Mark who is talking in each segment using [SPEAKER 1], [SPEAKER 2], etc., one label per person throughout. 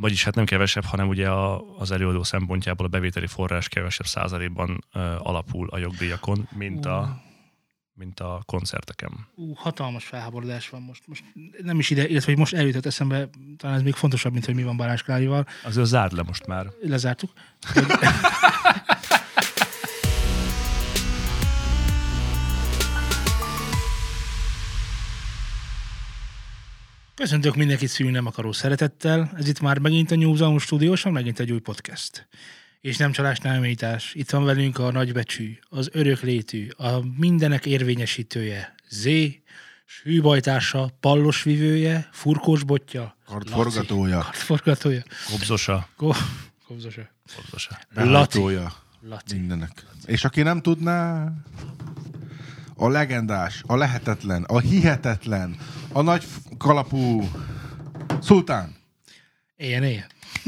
[SPEAKER 1] Vagyis hát nem kevesebb, hanem ugye az előadó szempontjából a bevételi forrás kevesebb százalékban alapul a jogdíjakon, mint a koncerteken.
[SPEAKER 2] Hatalmas felháborodás van most nem is ide, illetve most eljutott eszembe, talán ez még fontosabb, mint hogy mi van Balázs Klárival.
[SPEAKER 1] Azért zárd le most már.
[SPEAKER 2] Lezártuk. Köszöntök mindenkit szűnni nem akaró szeretettel. Ez itt már megint a New Zealand Stúdióson, megint egy új podcast. És nem csalás, nem említás. Itt van velünk a nagybecsű, az öröklétű, a mindenek érvényesítője, Z, hűbajtársa, pallosvivője, furkósbotja,
[SPEAKER 3] kartforgatója,
[SPEAKER 1] kobzosa,
[SPEAKER 3] Laci. Mindenek. És aki nem tudná, a legendás, a lehetetlen, a hihetetlen, a nagy kalapú szultán.
[SPEAKER 2] Éjjel.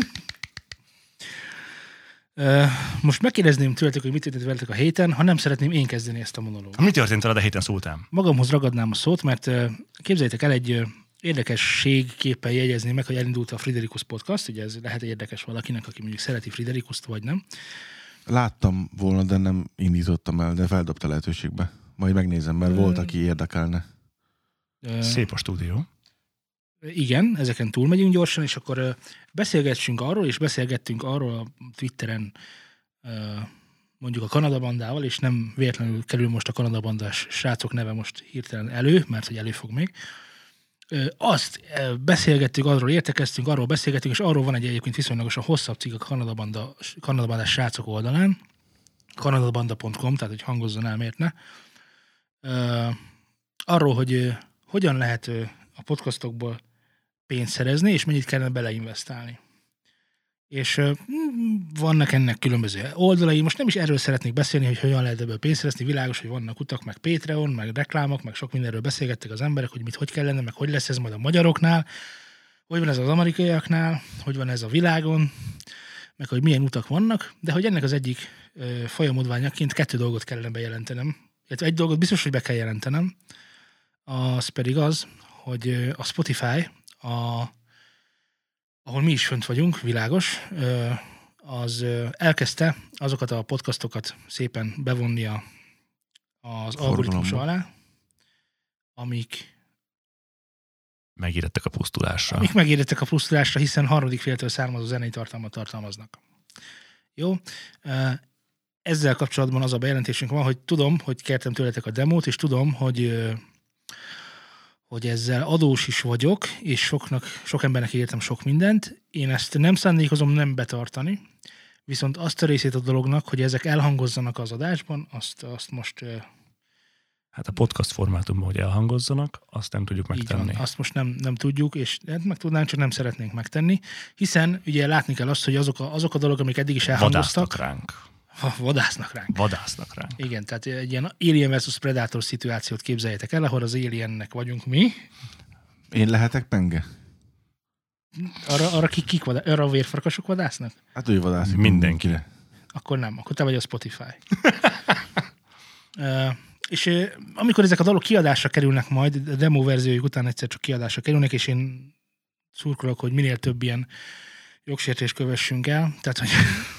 [SPEAKER 2] Most megkérdezném tőletek, hogy mit történt veletek a héten, ha nem szeretném én kezdeni ezt a monológot.
[SPEAKER 1] Mi történt veled a héten, szultán?
[SPEAKER 2] Magamhoz ragadnám a szót, mert képzeljétek el, egy érdekességképpen jegyezném meg, hogy elindult a Friderikus Podcast, ugye ez lehet érdekes valakinek, aki mondjuk szereti Friderikust, vagy nem.
[SPEAKER 3] Láttam volna, de nem indítottam el, de feldobta lehetőségbe. Majd megnézem, mert volt, aki érdekelne.
[SPEAKER 1] Szép a stúdió.
[SPEAKER 2] Igen, ezeken túlmegyünk gyorsan, és akkor beszélgettünk arról a Twitteren mondjuk a Kanada bandával, és nem véletlenül kerül most a Kanada bandás srácok neve most hirtelen elő, mert hogy elő fog még. Azt beszélgettünk, arról értekeztünk, arról beszélgettünk, és arról van egy egyébként viszonylagosan hosszabb cikk a Kanada bandás srácok oldalán, kanadabanda.com, tehát hogy hangozzon el, miért ne. Arról, hogy hogyan lehet a podcastokból pénzt szerezni, és mennyit kellene beleinvestálni. És vannak ennek különböző oldalai. Most nem is erről szeretnék beszélni, hogy hogyan lehet ebből pénzt szerezni. Világos, hogy vannak utak, meg Patreon, meg reklámok, meg sok mindenről beszélgettek az emberek, hogy hogy kellene, meg hogy lesz ez majd a magyaroknál, hogy van ez az amerikaiaknál, hogy van ez a világon, meg hogy milyen utak vannak, de hogy ennek az egyik folyamodványaként 2 dolgot kellene bejelentenem. Egy dolgot biztos, hogy be kell jelentenem, az pedig az, hogy a Spotify, ahol mi is fönt vagyunk, világos, az elkezdte azokat a podcastokat szépen bevonni az algoritmus alá, amik
[SPEAKER 1] megérettek a pusztulásra.
[SPEAKER 2] Hiszen harmadik féltől származó zenei tartalmat tartalmaznak. Jó? Ezzel kapcsolatban az a bejelentésünk van, hogy tudom, hogy kértem tőletek a demót, és tudom, hogy ezzel adós is vagyok, és sok embernek írtam sok mindent. Én ezt nem szándékozom nem betartani, viszont azt a részét a dolognak, hogy ezek elhangozzanak az adásban, azt most...
[SPEAKER 1] Hát a podcast formátumban, hogy elhangozzanak, azt nem tudjuk megtenni.
[SPEAKER 2] Van, azt most nem tudjuk, és meg tudnánk, csak nem szeretnénk megtenni, hiszen ugye látni kell azt, hogy azok a dolgok, amik eddig is elhangoztak... Vadásznak ránk. Igen, tehát egy ilyen Alien versus Predator szituációt képzeljétek el, ahol az Aliennek vagyunk mi.
[SPEAKER 3] Én lehetek penge?
[SPEAKER 2] Arra a vérfarkasok vadásznak?
[SPEAKER 3] Hát ő vadászik
[SPEAKER 1] mindenkire.
[SPEAKER 2] Akkor nem, akkor te vagy a Spotify. És amikor ezek a dalok kiadásra kerülnek majd, a demo verziójuk után egyszer csak kiadásra kerülnek, és én szurkolok, hogy minél több ilyen jogsértést kövessünk el, tehát hogy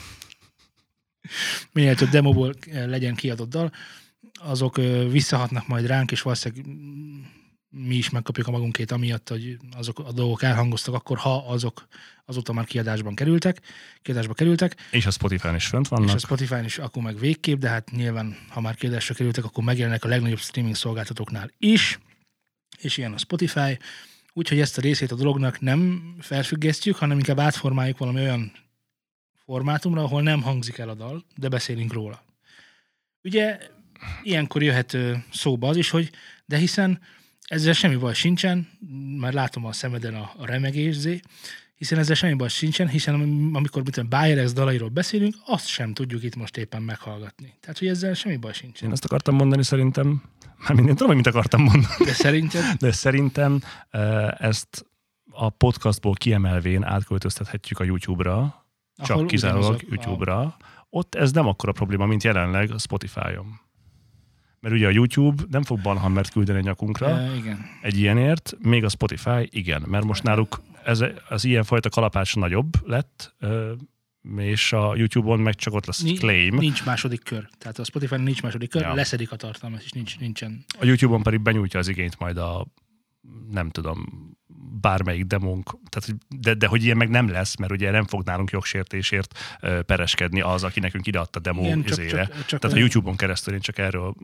[SPEAKER 2] minél több demóból legyen kiadott dal, azok visszahatnak majd ránk, és valószínűleg mi is megkapjuk a magunkét amiatt, hogy azok a dolgok elhangoztak akkor, ha azok azóta már kiadásba kerültek. És
[SPEAKER 1] a Spotify-n is fönt vannak.
[SPEAKER 2] És a Spotify-n is akkor meg végképp, de hát nyilván, ha már kiadásra kerültek, akkor megjelennek a legnagyobb streaming szolgáltatóknál is, és ilyen a Spotify. Úgyhogy ezt a részét a dolognak nem felfüggesztjük, hanem inkább átformáljuk valami olyan formátumra, ahol nem hangzik el a dal, de beszélünk róla. Ugye ilyenkor jöhet szóba az is, hogy de hiszen ezzel semmi baj sincsen, már látom a szemeden a remegés, hiszen ezzel semmi baj sincsen, hiszen amikor Bayer X dalairól beszélünk, azt sem tudjuk itt most éppen meghallgatni. Tehát, hogy ezzel semmi baj sincsen.
[SPEAKER 1] Én azt akartam mondani szerintem, mármint én tudom, hogy mit akartam mondani.
[SPEAKER 2] De
[SPEAKER 1] szerintem ezt a podcastból kiemelvén átköltöztethetjük a YouTube-ra, csak kizárólag YouTube-ra. Ott ez nem akkora probléma, mint jelenleg a Spotify-on. Mert ugye a YouTube nem fog banhammert küldeni a nyakunkra
[SPEAKER 2] Igen.
[SPEAKER 1] egy ilyenért, még a Spotify igen, mert most náluk az ilyenfajta kalapács nagyobb lett, és a YouTube-on meg csak ott lesz egy claim.
[SPEAKER 2] Nincs második kör. Tehát a Spotify-on nincs második kör,
[SPEAKER 1] Ja.
[SPEAKER 2] leszedik a tartalmat, és nincsen.
[SPEAKER 1] A YouTube-on pedig benyújtja az igényt majd nem tudom, bármelyik demónk, tehát, de hogy ilyen meg nem lesz, mert ugye nem fog nálunk jogsértésért pereskedni az, aki nekünk ideadta demo izére. Tehát a YouTube-on keresztül én csak erről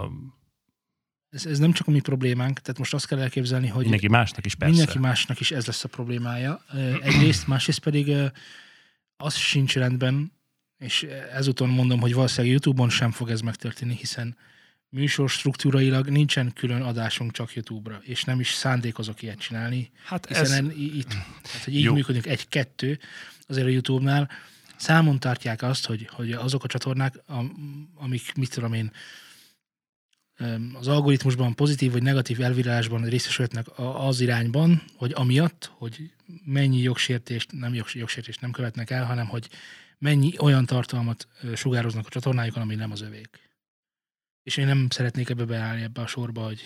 [SPEAKER 2] Ez nem csak a mi problémánk, tehát most azt kell elképzelni, hogy
[SPEAKER 1] mindenki másnak is persze.
[SPEAKER 2] mindenki másnak is ez lesz a problémája. Egyrészt, másrészt pedig az sincs rendben, és ezúton mondom, hogy valószínűleg YouTube-on sem fog ez megtörténni, hiszen műsor struktúrailag nincsen külön adásunk csak YouTube-ra, és nem is szándékozok ilyet csinálni,
[SPEAKER 1] Hát
[SPEAKER 2] hiszen tehát, hogy így működünk 1-2, azért a YouTube-nál számon tartják azt, hogy azok a csatornák, amik, mit tudom én, az algoritmusban pozitív vagy negatív elvirálásban részesülhetnek az irányban, hogy amiatt, hogy mennyi jogsértést nem követnek el, hanem hogy mennyi olyan tartalmat sugároznak a csatornájukon, ami nem az övék. És én nem szeretnék ebbe beállni ebbe a sorba, hogy...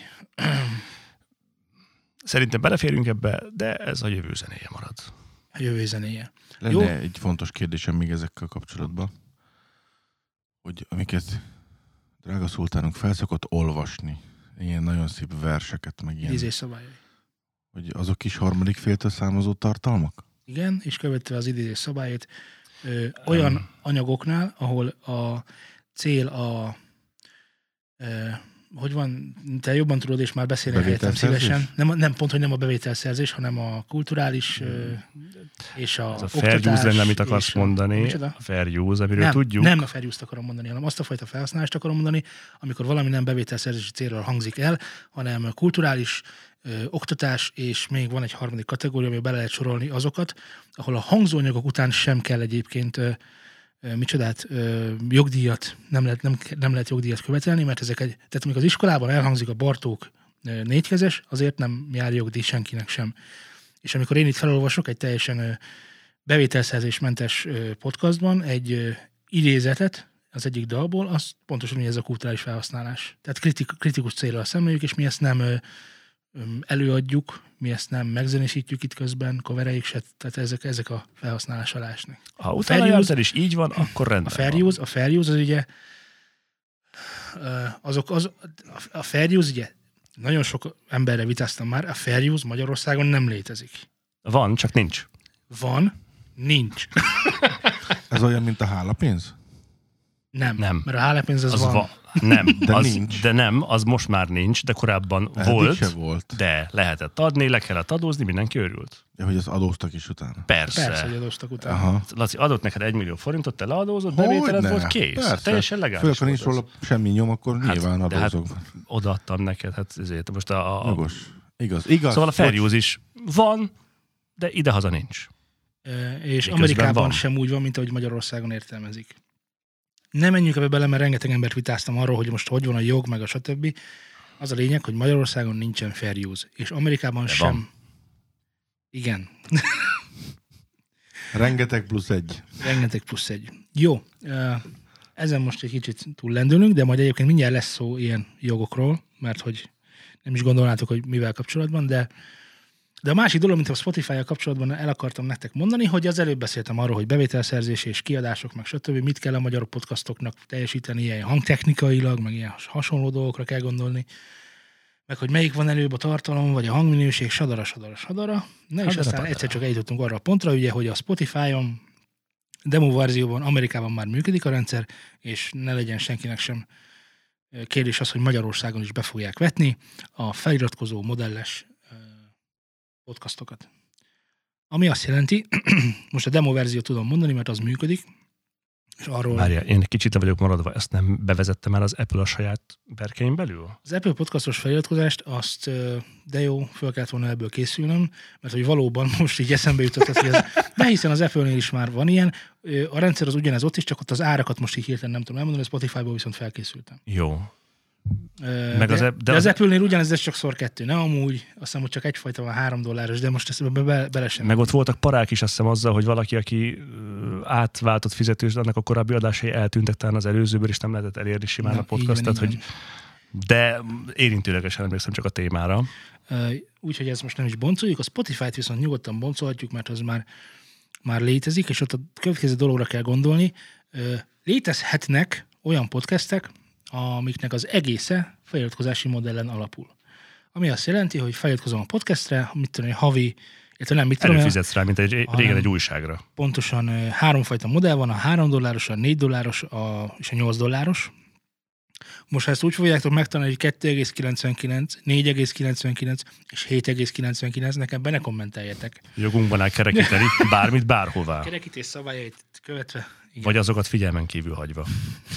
[SPEAKER 1] Szerintem beleférünk ebbe, de ez a jövő zenéje marad.
[SPEAKER 2] A jövő zenéje.
[SPEAKER 3] Lenne
[SPEAKER 2] Jó?
[SPEAKER 3] egy fontos kérdésem még ezekkel kapcsolatban, hogy amiket drága szultánunk felszokott olvasni, ilyen nagyon szép verseket, meg ilyen,
[SPEAKER 2] Idézés szabályai.
[SPEAKER 3] hogy azok is harmadik féltől származó tartalmak?
[SPEAKER 2] Igen, és követve az idézés szabályait, olyan anyagoknál, ahol a cél hogy van, te jobban tudod, és már beszélni helyettem szívesen. Nem pont, hogy nem a bevételszerzés, hanem a kulturális és a
[SPEAKER 1] oktatás. A fair use, amit akarsz mondani.
[SPEAKER 2] Micsoda?
[SPEAKER 1] A fair use, amiről tudjuk.
[SPEAKER 2] Nem a fair use-t akarom mondani, hanem azt a fajta felhasználást akarom mondani, amikor valami nem bevételszerzési célról hangzik el, hanem kulturális oktatás, és még van egy harmadik kategória, amiben bele lehet sorolni azokat, ahol a hangzóanyagok után sem kell egyébként jogdíjat, nem lehet jogdíjat követelni, mert tehát amikor az iskolában elhangzik a Bartók 4-kezes, azért nem jár jogdíj senkinek sem. És amikor én itt felolvasok egy teljesen bevételszerzésmentes podcastban egy idézetet az egyik dalból, az pontosan ez a kulturális felhasználás. Tehát kritikus célra szemléljük, és mi ezt nem előadjuk, mi ezt nem megzenésítjük itt közben, covereljük se, tehát ezek a felhasználás alá esnek.
[SPEAKER 1] Ha utána is így van, akkor rendben
[SPEAKER 2] a fair use az ugye a fair use ugye nagyon sok emberre vitáztam már, a fair use Magyarországon nem létezik.
[SPEAKER 1] Van, csak nincs.
[SPEAKER 2] Van, nincs.
[SPEAKER 3] Ez olyan, mint a hálapénz?
[SPEAKER 2] Nem. Mert a hálapénz az van.
[SPEAKER 1] Nem,
[SPEAKER 3] de nincs.
[SPEAKER 1] De nem, az most már nincs, de korábban
[SPEAKER 3] volt.
[SPEAKER 1] De lehetett adni, le kellett adózni, mindenki örült.
[SPEAKER 3] Ja, hogy az adóztak is utána.
[SPEAKER 1] Persze,
[SPEAKER 2] hogy adóztak utána.
[SPEAKER 3] Aha.
[SPEAKER 1] Laci, adott neked 1 millió forintot, te leadózod, bevételed volt, kész.
[SPEAKER 3] Persze.
[SPEAKER 1] Teljesen legális.
[SPEAKER 3] Föl, nincs róla semmi nyom, akkor nyilván adózok.
[SPEAKER 1] Odaadtam neked, hát ezért most
[SPEAKER 3] Jogos. Igaz.
[SPEAKER 1] Szóval a fair use is van, de idehaza nincs.
[SPEAKER 2] És Amerikában sem úgy van, mint ahogy Magyarországon értelmezik. Nem menjünk ebbe bele, mert rengeteg embert vitáztam arról, hogy most hogy van a jog, meg a stb. Az a lényeg, hogy Magyarországon nincsen fair use, és Amerikában de sem. Van. Igen.
[SPEAKER 3] Rengeteg plusz egy.
[SPEAKER 2] Rengeteg plusz egy. Jó. Ezen most egy kicsit túl lendülünk, de majd egyébként mindjárt lesz szó ilyen jogokról, mert hogy nem is gondolnátok, hogy mivel kapcsolatban, de a másik dolog, mint a Spotify-jal kapcsolatban el akartam nektek mondani, hogy az előbb beszéltem arról, hogy bevételszerzés és kiadások, meg stb. Mit kell a magyar podcastoknak teljesíteni ilyen hangtechnikailag, meg ilyen hasonló dolgokra kell gondolni, meg hogy melyik van előbb a tartalom, vagy a hangminőség, sadara. Na és aztán egyszer csak eljutottunk arra a pontra, ugye, hogy a Spotify-on, demo verzióban Amerikában már működik a rendszer, és ne legyen senkinek sem kérdés az, hogy Magyarországon is be fogják vetni a feliratkozó modelles podcastokat. Ami azt jelenti, most a demo verziót tudom mondani, mert az működik, és arról...
[SPEAKER 1] Várjál, én egy kicsit le vagyok maradva, ezt nem bevezette már az Apple a saját berkein belül?
[SPEAKER 2] Az Apple podcastos feliratkozást, azt de jó, föl kellett volna ebből készülnöm, mert hogy valóban most így eszembe jutott, hogy de hiszen az Apple-nél is már van ilyen, a rendszer az ugyanez ott is, csak ott az árakat most így hirtelen nem tudom elmondani, a Spotify-ból viszont felkészültem.
[SPEAKER 1] Jó.
[SPEAKER 2] De az Apple-nél ugyanez, ez csak x2, nem amúgy, azt hiszem, hogy csak egyfajta van $3, de most ezt bele sem.
[SPEAKER 1] Meg ott voltak parák is, azt hiszem azzal, hogy valaki, aki átváltott fizetős, annak a korábbi adásai eltűntek talán az előzőből, és nem lehetett elérni simán a podcastot, hogy De érintőlegesen emlékszem csak a témára.
[SPEAKER 2] Úgyhogy ezt most nem is boncoljuk. A Spotify-t viszont nyugodtan boncolhatjuk, mert az már létezik, és ott a következő dologra kell gondolni. Létezhetnek olyan podcastek, amiknek az egésze feliratkozási modellen alapul. Ami azt jelenti, hogy feliratkozom a podcastre, mit tudom, havi, illetve nem, mit tudom.
[SPEAKER 1] Előfizetsz rá, mint régen egy újságra.
[SPEAKER 2] Pontosan 3 fajta modell van, a $3, a $4 és a $8. Most ha ezt úgy fogjátok megtanulni, hogy 2,99, 4,99 és 7,99, nekem be ne kommenteljetek.
[SPEAKER 1] Jogunkban áll kerekíteni bármit, bárhová.
[SPEAKER 2] A kerekítés szabályait követve. Igen.
[SPEAKER 1] Vagy azokat figyelmen kívül hagyva.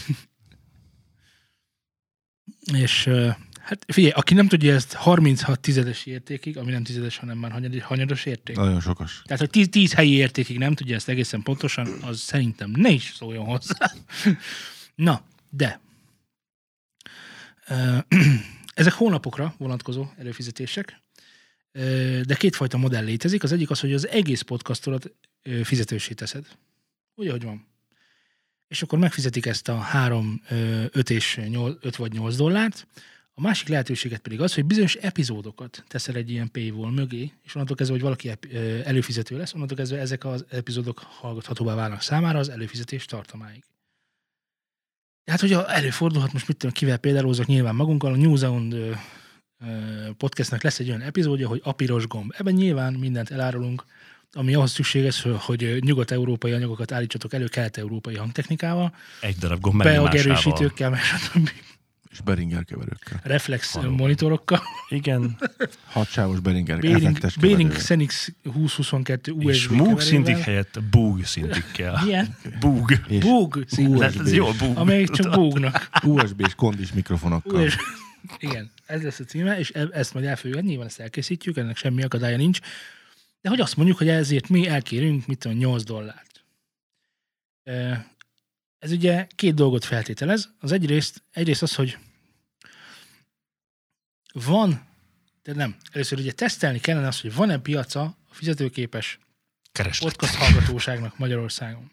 [SPEAKER 2] És hát figyelj, aki nem tudja ezt 36 tizedes értékig, ami nem tizedes, hanem már hanyados érték.
[SPEAKER 3] Nagyon sokos.
[SPEAKER 2] Tehát, hogy 10 helyi értékig nem tudja ezt egészen pontosan, az szerintem ne is szóljon hozzá. Na, de ezek hónapokra vonatkozó előfizetések, de 2 fajta modell létezik. Az egyik az, hogy az egész podcastolat fizetőssé teszed. Úgy, ahogy van. És akkor megfizetik ezt a 3, 5 vagy $8. A másik lehetőséget pedig az, hogy bizonyos epizódokat teszel egy ilyen paywall mögé, és onnantól kezdve, hogy valaki előfizető lesz, onnantól kezdve ezek az epizódok hallgathatóvá válnak számára az előfizetés tartamáig. Tehát, hogy előfordulhat, most mit tudom, kivel példálózok nyilván magunkkal, a New Zealand podcastnek lesz egy olyan epizódja, hogy a piros gomb. Ebben nyilván mindent elárulunk, ami ahhoz szükséges, hogy nyugat-európai anyagokat állítsatok elő kelet-európai hangtechnikával.
[SPEAKER 1] Egy darab gomb megnyomásával.
[SPEAKER 2] Beagerősítőkkel, stb.
[SPEAKER 3] És Behringer keverőkkel.
[SPEAKER 2] Reflex monitorokkal.
[SPEAKER 1] Igen.
[SPEAKER 3] 6 sávos Behringer effektes
[SPEAKER 2] Behring Xenix 2022 USB
[SPEAKER 1] és Moog szintik helyett Boog szintik kell.
[SPEAKER 2] Milyen?
[SPEAKER 1] Boog.
[SPEAKER 2] Boog szintik.
[SPEAKER 1] Ez jó, Boog.
[SPEAKER 2] Amelyik csak Boognak.
[SPEAKER 3] USB és kondis mikrofonokkal.
[SPEAKER 2] Igen, ez lesz a címe, és ezt majd el fogjuk, nyilván ezt elkészítjük, ennek semmi akadálya nincs. De hogy azt mondjuk, hogy ezért mi elkérünk, mit tudom, $8. Ez ugye 2 dolgot feltételez. Az egyrészt az, hogy van, de nem. Először ugye tesztelni kellene azt, hogy van-e piaca a fizetőképes
[SPEAKER 1] Kereslet.
[SPEAKER 2] podcast hallgatóságnak Magyarországon.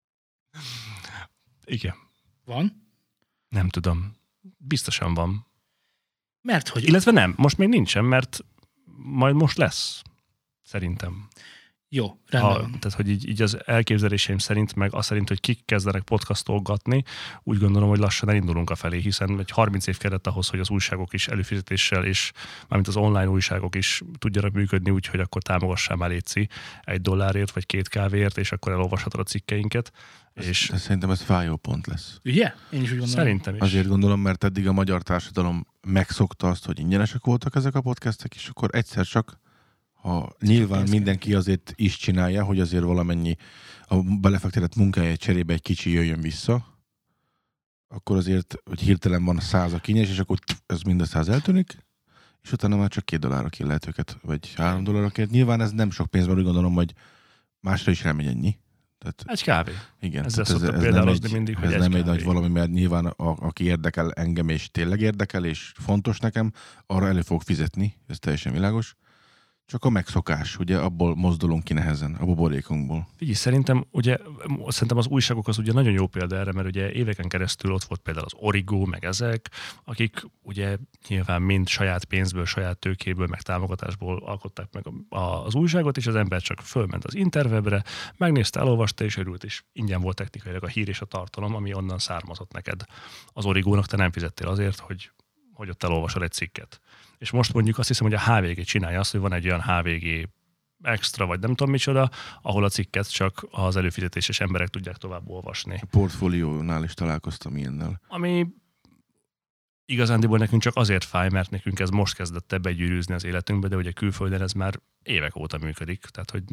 [SPEAKER 1] Igen.
[SPEAKER 2] Van?
[SPEAKER 1] Nem tudom. Biztosan van.
[SPEAKER 2] Mert hogy...
[SPEAKER 1] Illetve nem, most még nincsen, mert majd most lesz. Szerintem.
[SPEAKER 2] Jó, rendben.
[SPEAKER 1] Tehát, hogy így az elképzeléseim szerint, meg az szerint, hogy kik kezdenek podcastolgatni, úgy gondolom, hogy lassan elindulunk a felé, hiszen egy 30 év kellett ahhoz, hogy az újságok is előfizetéssel, és mármint az online újságok is tudjanak működni úgy, hogy akkor támogassál már létszi $1 vagy 2 kávéért, és akkor elolvashatod a cikkeinket. És
[SPEAKER 3] de szerintem ez fájó pont lesz.
[SPEAKER 2] Ugye? Én is úgy gondolom.
[SPEAKER 1] Szerintem is.
[SPEAKER 3] Azért gondolom, mert eddig a magyar társadalom megszokta azt, hogy ingyenesek voltak ezek a podcastek, és akkor egyszer csak ha nyilván mindenki azért is csinálja, hogy azért valamennyi a belefektetett munkája cserébe egy kicsi jöjjön vissza, akkor azért, hogy hirtelen van 100 kínjes, és akkor ez mind a 100 eltűnik, és utána már csak $2 lehet őket, vagy $3. Nyilván ez nem sok pénz, mert úgy gondolom, hogy másra is elmegy ennyi. Tehát,
[SPEAKER 1] egy kávé.
[SPEAKER 3] Igen.
[SPEAKER 1] Ezzel szoktak példálozni mindig, hogy
[SPEAKER 3] ez
[SPEAKER 1] egy
[SPEAKER 3] nem
[SPEAKER 1] kávé.
[SPEAKER 3] egy nagy valami, mert nyilván aki érdekel engem, és tényleg érdekel, és fontos nekem, arra elő fog fizetni, ez teljesen világos. Csak a megszokás, ugye abból mozdulunk ki nehezen, a buborékunkból.
[SPEAKER 1] Figyelj, szerintem az újságok az ugye nagyon jó példa erre, mert ugye éveken keresztül ott volt például az Origo, meg ezek, akik ugye nyilván mind saját pénzből, saját tőkéből, meg támogatásból alkották meg az újságot, és az ember csak fölment az interwebre, megnézte, elolvasta, és örült, és ingyen volt technikailag a hír és a tartalom, ami onnan származott neked. Az Origónak te nem fizettél azért, hogy ott elolvasod egy cikket. És most mondjuk azt hiszem, hogy a HVG csinálja azt, hogy van egy olyan HVG extra, vagy nem tudom micsoda, ahol a cikket csak az előfizetéses emberek tudják tovább olvasni.
[SPEAKER 3] A portfóliónál is találkoztam ilyennel.
[SPEAKER 1] Ami igazándiból nekünk csak azért fáj, mert nekünk ez most kezdett begyűrűzni az életünkbe, de ugye külföldön ez már évek óta működik, tehát hogy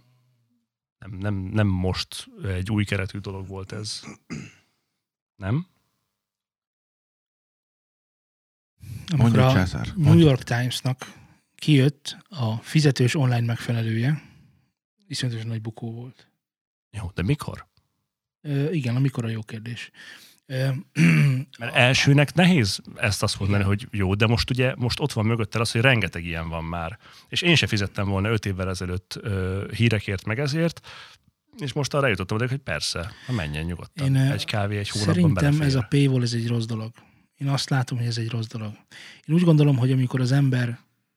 [SPEAKER 1] nem most egy új keretű dolog volt ez. Nem?
[SPEAKER 2] Amikor
[SPEAKER 3] Mondja,
[SPEAKER 2] a
[SPEAKER 3] császár.
[SPEAKER 2] New York Times-nak kijött a fizetős online megfelelője, iszonyatosan nagy bukó volt.
[SPEAKER 1] Jó, de mikor?
[SPEAKER 2] Igen, amikor a jó kérdés.
[SPEAKER 1] Mert elsőnek nehéz ezt azt mondani, hogy jó, de most ugye ott van mögötted az, hogy rengeteg ilyen van már. És én se fizettem volna 5 évvel ezelőtt hírekért meg ezért, és most arra jutottam, hogy persze, menjen nyugodtan. Egy kávé egy hónapban
[SPEAKER 2] szerintem
[SPEAKER 1] belefér.
[SPEAKER 2] ez a paywall, ez egy rossz dolog. Én azt látom, hogy ez egy rossz dolog. Én úgy gondolom, hogy amikor az ember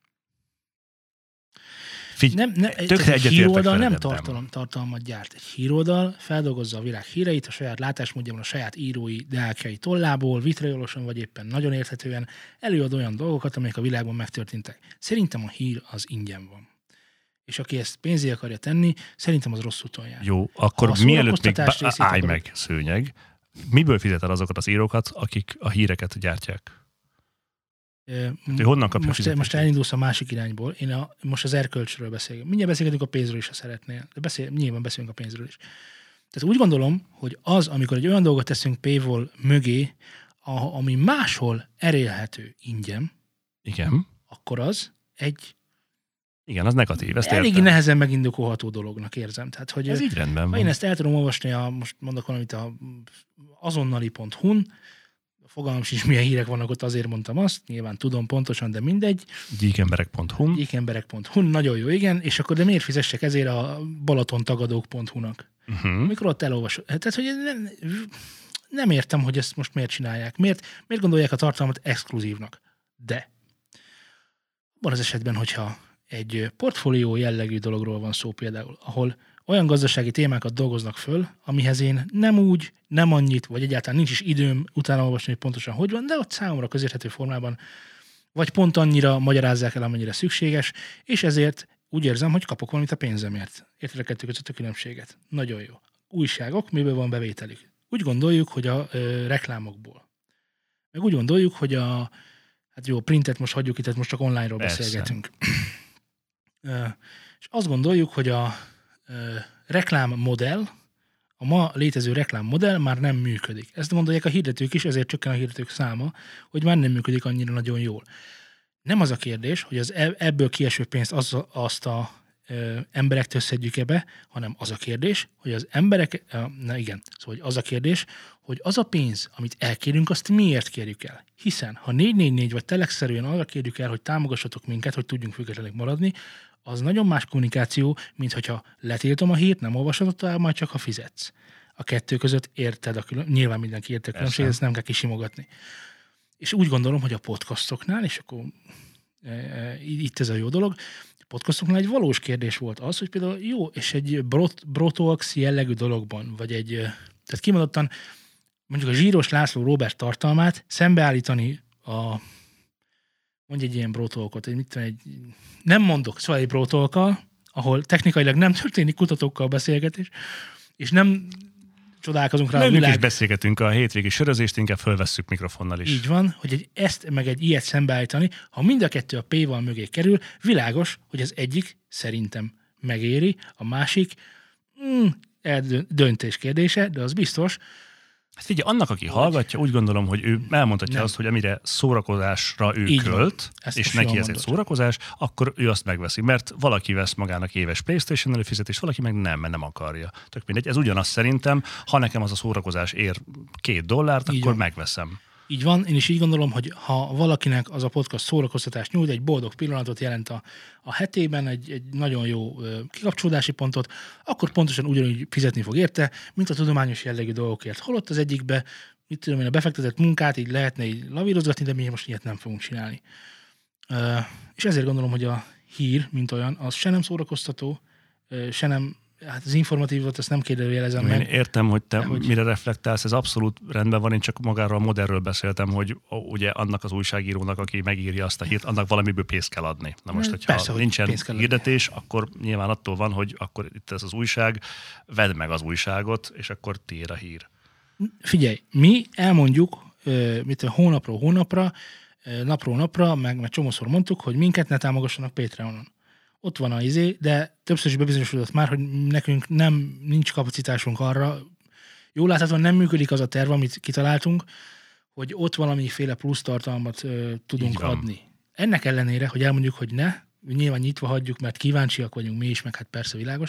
[SPEAKER 1] tökre
[SPEAKER 2] egy híroldal nem
[SPEAKER 1] ebben.
[SPEAKER 2] tartalmat gyárt. Egy híroldal feldolgozza a világ híreit a saját látásmódjában, a saját írói deákjai tollából, vitrajolosan vagy éppen nagyon érthetően előad olyan dolgokat, amelyek a világban megtörténtek. Szerintem a hír az ingyen van. És aki ezt pénzé akarja tenni, szerintem az rossz úton jár.
[SPEAKER 1] Jó, akkor mielőtt még állj meg, szőnyeg, miből fizeted azokat az írókat, akik a híreket gyártják? Honnan kapja
[SPEAKER 2] most elindulsz a másik irányból. Én most az erkölcsről beszélek. Mindjárt beszélgetünk a pénzről is, ha szeretnél. De nyilván beszélünk a pénzről is. Tehát úgy gondolom, hogy az, amikor egy olyan dolgot teszünk paywall mögé, ami máshol elérhető ingyen,
[SPEAKER 1] igen,
[SPEAKER 2] akkor az egy
[SPEAKER 1] igen, az negatív. Ezt
[SPEAKER 2] elég
[SPEAKER 1] értem.
[SPEAKER 2] nehezen megindokolható dolognak érzem. Tehát, hogy
[SPEAKER 1] ez így rendben van.
[SPEAKER 2] Én ezt el tudom olvasni, most mondok valamit a azonnali.hu-n, fogalmam sincs, milyen hírek vannak ott, azért mondtam azt, nyilván tudom pontosan, de mindegy. Gyíkemberek.hu, nagyon jó, igen, és akkor de miért fizessek ezért a balatontagadók.hu-nak? Mikor ott elolvasod. Tehát, hogy nem értem, hogy ezt most miért csinálják. Miért gondolják a tartalmat exkluzívnak? De van az esetben, hogyha egy portfólió jellegű dologról van szó például, ahol olyan gazdasági témákat dolgoznak föl, amihez én nem úgy, nem annyit, vagy egyáltalán nincs is időm utána olvasni, hogy pontosan hogy van, de ott számomra közérthető formában vagy pont annyira magyarázzák el, amennyire szükséges, és ezért úgy érzem, hogy kapok valamit a pénzemért. Érted a kettő között a különbséget? Nagyon jó. Újságok, miből van bevételük? Úgy gondoljuk, hogy a reklámokból. Meg úgy gondoljuk, hogy hát jó, printet most hagyjuk itt, most csak online-ról beszélgetünk. És azt gondoljuk, hogy a reklámmodell, a ma létező reklámmodell már nem működik. Ezt gondolják a hirdetők is, ezért csökken a hirdetők száma, hogy már nem működik annyira nagyon jól. Nem az a kérdés, hogy az ebből kieső pénzt azt a emberektől szedjük be, hanem az a kérdés, hogy az emberek, szóval az a kérdés, hogy az a pénz, amit elkérünk, azt miért kérjük el? Hiszen, ha 444 vagy telexszerűen arra kérjük el, hogy támogassatok minket, hogy tudjunk függetlenek maradni, az nagyon más kommunikáció, mint hogyha letiltom a hírt, nem olvasod tovább, majd csak ha fizetsz. A kettő között érted nyilván mindenki érte a különbséget, ezt nem kell kisimogatni. És úgy gondolom, hogy a podcastoknál, és akkor itt ez a jó dolog, a podcastoknál egy valós kérdés volt az, hogy például jó, és egy Brotalks jellegű dologban, vagy tehát kimondottan mondjuk a Zsíros László Róbert tartalmát szembeállítani mondj egy ilyen brotalkot, nem mondok, szóval egy brotalkkal, ahol technikailag nem történik kutatókkal beszélgetés, és nem csodálkozunk rá a világ.
[SPEAKER 1] is beszélgetünk a hétvégi sörözést, inkább fölvesszük mikrofonnal is.
[SPEAKER 2] Így van, hogy ezt meg egy ilyet szembeállítani, ha mind a kettő a P-val mögé kerül, világos, hogy az egyik szerintem megéri, a másik döntés kérdése, de az biztos.
[SPEAKER 1] Hát figyelj, annak, aki hallgatja, úgy gondolom, hogy ő elmondhatja azt, hogy amire szórakozásra ő költ, és neki ez egy szórakozás, akkor ő azt megveszi. Mert valaki vesz magának éves PlayStation előfizetést, valaki meg nem, mert nem akarja. Tök mindegy. Ez ugyanaz szerintem, ha nekem az a szórakozás ér $2, akkor megveszem.
[SPEAKER 2] Így van, én is így gondolom, hogy ha valakinek az a podcast szórakoztatást nyújt, egy boldog pillanatot jelent a hetében, egy nagyon jó kikapcsolódási pontot, akkor pontosan ugyanúgy fizetni fog érte, mint a tudományos jellegű dolgokért. Holott az egyikbe, mit tudom én, a befektetett munkát így lehetne így lavírozgatni, de mi most ilyet nem fogunk csinálni. És ezért gondolom, hogy a hír, mint olyan, az se nem szórakoztató, se nem, hát az informatívot, ezt nem kérdőjelezem meg.
[SPEAKER 1] Én értem, hogy te mire reflektálsz, ez abszolút rendben van, én csak magáról a modellről beszéltem, hogy ugye annak az újságírónak, aki megírja azt a hírt, annak valamiből pénzt kell adni. Na most, hogyha persze, nincsen hirdetés, akkor nyilván attól van, hogy akkor itt ez az újság, vedd meg az újságot, és akkor tiéd a hír.
[SPEAKER 2] Figyelj, mi elmondjuk, hónapról hónapra, napról napra, meg csomószor mondtuk, hogy minket ne támogassanak Patreonon. Ott van de többször is bebizonyosodott már, hogy nekünk nincs kapacitásunk arra, jól láthatóan nem működik az a terv, amit kitaláltunk, hogy ott valamiféle plusz tartalmat tudunk adni. Ennek ellenére, hogy elmondjuk, hogy nyilván nyitva hagyjuk, mert kíváncsiak vagyunk mi is, meg hát persze világos,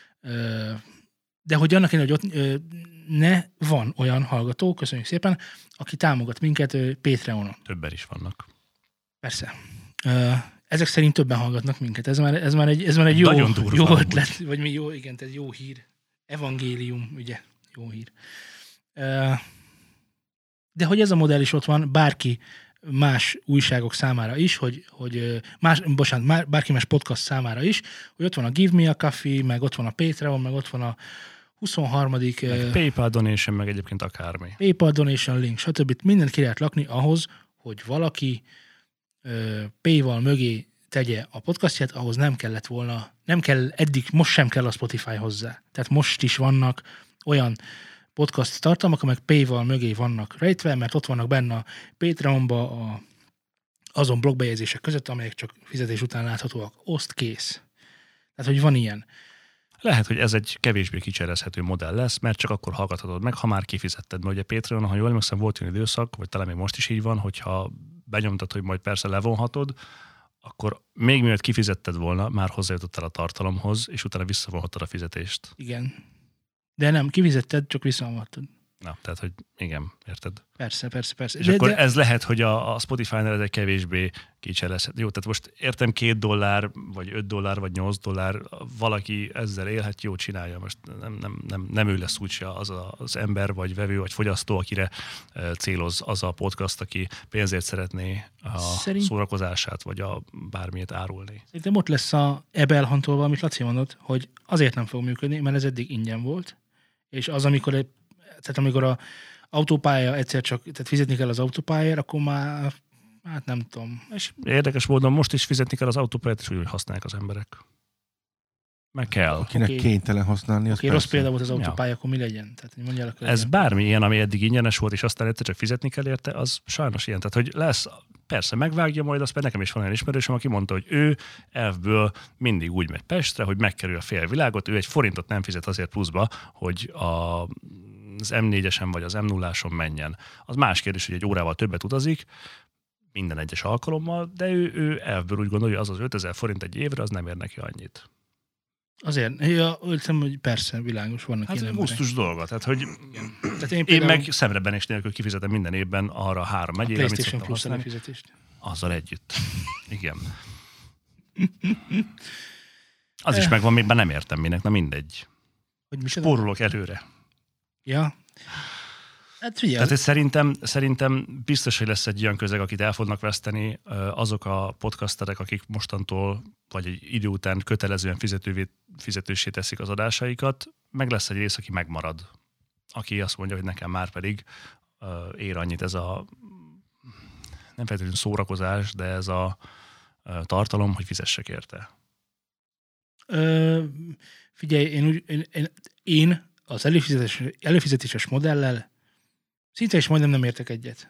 [SPEAKER 2] de hogy annak ellenére, hogy ott van olyan hallgató, köszönjük szépen, aki támogat minket Patreonon.
[SPEAKER 1] Többen is vannak.
[SPEAKER 2] Persze. Ezek szerint többen hallgatnak minket. Ez már egy jó ötlet, vagy mi jó, igen, ez jó hír. Evangélium, ugye, jó hír. De hogy ez a modell is ott van, bárki más újságok számára is, bárki más podcast számára is, hogy ott van a Give Me a Coffee, meg ott van a Patreon, meg ott van a 23.
[SPEAKER 1] Meg PayPal donation, meg egyébként akármi.
[SPEAKER 2] PayPal donation link, stb. Mindent ki lehet lakni ahhoz, hogy valaki Payval mögé tegye a podcastját, ahhoz nem kell eddig, most sem kell a Spotify hozzá. Tehát most is vannak olyan podcast tartalmak, amelyek Payval mögé vannak rejtve, mert ott vannak benne a Patreonba azon blogbejegyzések között, amelyek csak fizetés után láthatóak. Oszt kész. Tehát, hogy van ilyen.
[SPEAKER 1] Lehet, hogy ez egy kevésbé kicserezhető modell lesz, mert csak akkor hallgathatod meg, ha már kifizetted. Mert ugye Patreon, ha jól emlékszem, volt olyan időszak, vagy talán még most is így van, hogyha benyomtad, hogy majd persze levonhatod, akkor még mielőtt kifizetted volna, már hozzájutottál a tartalomhoz, és utána visszavonhattad a fizetést.
[SPEAKER 2] Igen. De nem, kifizetted, csak visszavonhattad.
[SPEAKER 1] Na, tehát, hogy igen, érted?
[SPEAKER 2] Persze.
[SPEAKER 1] És akkor ez lehet, hogy a Spotify-nál ez egy kevésbé kicserezhető. Jó, tehát most értem $2, vagy $5, vagy $8, valaki ezzel élhet, jó, csinálja. Most nem ő lesz úgyse az ember, vagy vevő, vagy fogyasztó, akire céloz az a podcast, aki pénzért szeretné a szórakozását, vagy a bármilyet árulni.
[SPEAKER 2] Szerintem ott lesz a ebelhantolva, amit Laci mondott, hogy azért nem fog működni, mert ez eddig ingyen volt, és az, amikor a autópálya egyszer csak, tehát fizetni kell az autópályára, akkor már, hát nem tudom.
[SPEAKER 1] És érdekes módon most is fizetni kell az autópályát, és úgy használják az emberek. Meg kell.
[SPEAKER 3] Akinek kénytelen használni, az
[SPEAKER 2] rossz példa volt az autópálya, akkor mi legyen? Tehát, mondjál
[SPEAKER 1] ez bármi ilyen, ami eddig ingyenes volt, és aztán egyszer csak fizetni kell érte, az sajnos ilyen. Tehát, hogy lesz, persze megvágja majd, azt nekem is van olyan ismerősöm, aki mondta, hogy ő elfből mindig úgy megy Pestre, hogy megkerül a fél világot, ő egy forintot nem fizet azért pluszba, hogy az M4-esen vagy az M0-áson menjen. Az más kérdés, hogy egy órával többet utazik, minden egyes alkalommal, de ő elfből úgy gondolja, hogy az 5000 forint egy évre, az nem ér neki annyit.
[SPEAKER 2] Azért, ja, hiszem, hogy persze, világos, vannak ilyen emberek.
[SPEAKER 1] Gusztus dolga, tehát hogy
[SPEAKER 2] tehát
[SPEAKER 1] én meg szemrebenés nélkül kifizetem minden évben arra 3 megyére, amit szoktam használni.
[SPEAKER 2] Fizetést.
[SPEAKER 1] Azzal együtt. Igen. Az is megvan, még nem értem minek, na mindegy. Spórolok előre.
[SPEAKER 2] Ja. Hát figyelj.
[SPEAKER 1] Tehát szerintem biztos, hogy lesz egy olyan közeg, akit el fognak veszteni azok a podcasterek, akik mostantól vagy egy idő után kötelezően fizetőssé teszik az adásaikat, meg lesz egy rész, aki megmarad. Aki azt mondja, hogy nekem már pedig ér annyit ez a nem feltétlenül szórakozás, de ez a tartalom, hogy fizessek érte.
[SPEAKER 2] Figyelj, én az előfizetéses modellel szinte is majdnem nem értek egyet.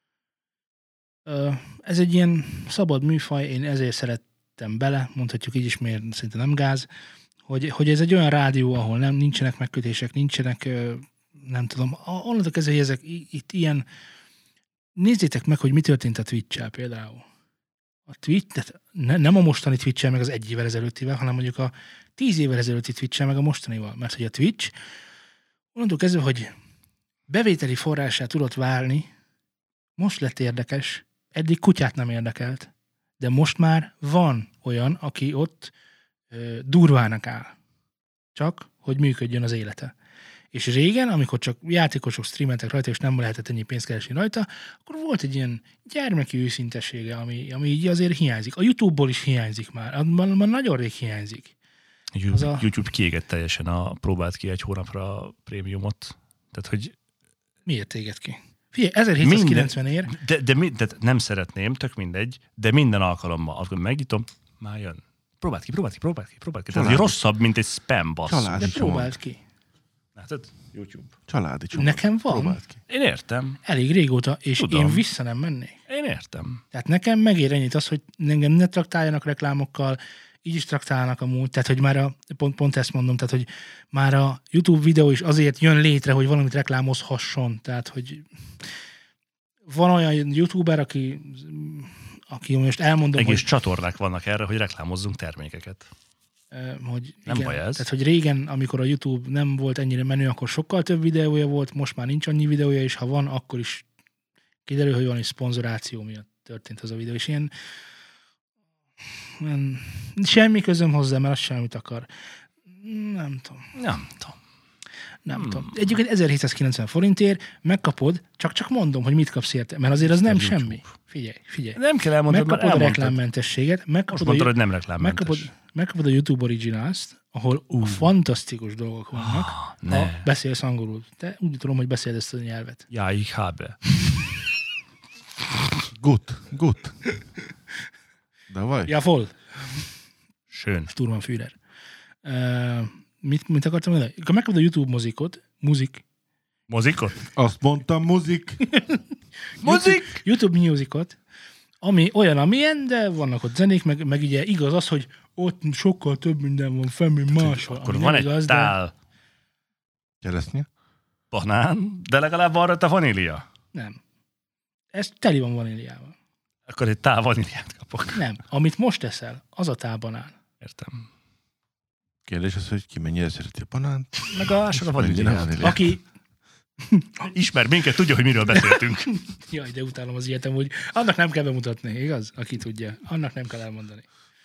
[SPEAKER 2] Ez egy ilyen szabad műfaj, én ezért szerettem bele, mondhatjuk így is, mert szerintem nem gáz, hogy ez egy olyan rádió, ahol nincsenek megkötések, nincsenek, nem tudom, onnantól kezdve, hogy ezek itt ilyen, nézzétek meg, hogy mi történt a Twitch-el például. A Twitch, tehát nem a mostani Twitch-el, meg az 1 évvel ezelőttivel, hanem mondjuk a 10 évvel ezelőtti Twitch-el, meg a mostanival. Mert hogy a Twitch onnantól kezdve, hogy bevételi forrását tudott válni, most lett érdekes, eddig kutyát nem érdekelt, de most már van olyan, aki ott durvának áll. Csak, hogy működjön az élete. És régen, amikor csak játékosok streameltek rajta, és nem lehetett ennyi pénzt keresni rajta, akkor volt egy ilyen gyermeki őszintessége, ami így azért hiányzik. A YouTube-ból is hiányzik már nagyon rég hiányzik.
[SPEAKER 1] YouTube kiégett teljesen, próbált ki 1 hónapra a prémiumot. Tehát, hogy
[SPEAKER 2] miért téged ki? Figyelj, 1790 ér.
[SPEAKER 1] De nem szeretném, tök mindegy, de minden alkalommal, amikor megnyitom, már jön. Próbáld ki. Tehát rosszabb, mint egy spam basszus.
[SPEAKER 2] De próbáld ki.
[SPEAKER 1] Látod? YouTube.
[SPEAKER 3] Családi csomag.
[SPEAKER 2] Nekem van.
[SPEAKER 1] Én értem.
[SPEAKER 2] Elég régóta, és tudom. Én vissza nem mennék.
[SPEAKER 1] Én értem.
[SPEAKER 2] Tehát nekem megér ennyit az, hogy engem ne traktáljanak reklámokkal, így is traktálnak amúgy, tehát hogy már pont ezt mondom, tehát hogy már a YouTube videó is azért jön létre, hogy valamit reklámozhasson, tehát hogy van olyan YouTuber, aki most elmondom,
[SPEAKER 1] egész csatornák vannak erre, hogy reklámozzunk termékeket.
[SPEAKER 2] Hogy
[SPEAKER 1] nem
[SPEAKER 2] igen,
[SPEAKER 1] baj ez.
[SPEAKER 2] Tehát, hogy régen, amikor a YouTube nem volt ennyire menő, akkor sokkal több videója volt, most már nincs annyi videója, és ha van, akkor is kiderül, hogy valami szponzoráció miatt történt az a videó, és ilyen semmi közöm hozzá, mert az semmit akar. Nem tudom. Nem tudom. Egyébként 1790 forintért megkapod, csak mondom, hogy mit kapsz érte, mert azért az nem
[SPEAKER 1] YouTube.
[SPEAKER 2] semmi. Figyelj.
[SPEAKER 1] Nem kell elmondani, mert
[SPEAKER 2] Megkapod a
[SPEAKER 1] elmondtad.
[SPEAKER 2] reklámmentességet,
[SPEAKER 1] Most mondtad, hogy nem reklámmentes.
[SPEAKER 2] megkapod a YouTube Originals-t, ahol fantasztikus dolgok vannak, ha beszélsz angolul. Te úgy tudom, hogy beszéled ezt a nyelvet.
[SPEAKER 1] Ja, ich habe.
[SPEAKER 3] Gut. Давай.
[SPEAKER 2] Ja, voll.
[SPEAKER 1] Schön.
[SPEAKER 2] Sturmführer. Mit akartam mondani? Akkor megkapod a YouTube
[SPEAKER 1] Mozikot?
[SPEAKER 3] Azt mondtam, muzik.
[SPEAKER 2] YouTube Musicot, ami olyan, amilyen, de vannak ott zenék, meg ugye igaz az, hogy ott sokkal több minden van fenn, mint máshol.
[SPEAKER 1] Akkor van egy tál
[SPEAKER 3] Cseresznye?
[SPEAKER 1] banán, de legalább van rajta vanília.
[SPEAKER 2] Nem. Ez teli van vaníliával.
[SPEAKER 1] Akkor egy tál vaníliát kapok.
[SPEAKER 2] Nem. Amit most eszel, az a tálbanán.
[SPEAKER 1] Értem.
[SPEAKER 3] Kérdés az, hogy ki mennyire szereti a banánt.
[SPEAKER 1] Meg a vaníliát.
[SPEAKER 2] Aki...
[SPEAKER 1] Ismer minket, tudja, hogy miről beszéltünk.
[SPEAKER 2] Jaj, de utálom az ilyet, hogy annak nem kell bemutatni, igaz? Aki tudja. Annak nem kell elmondani.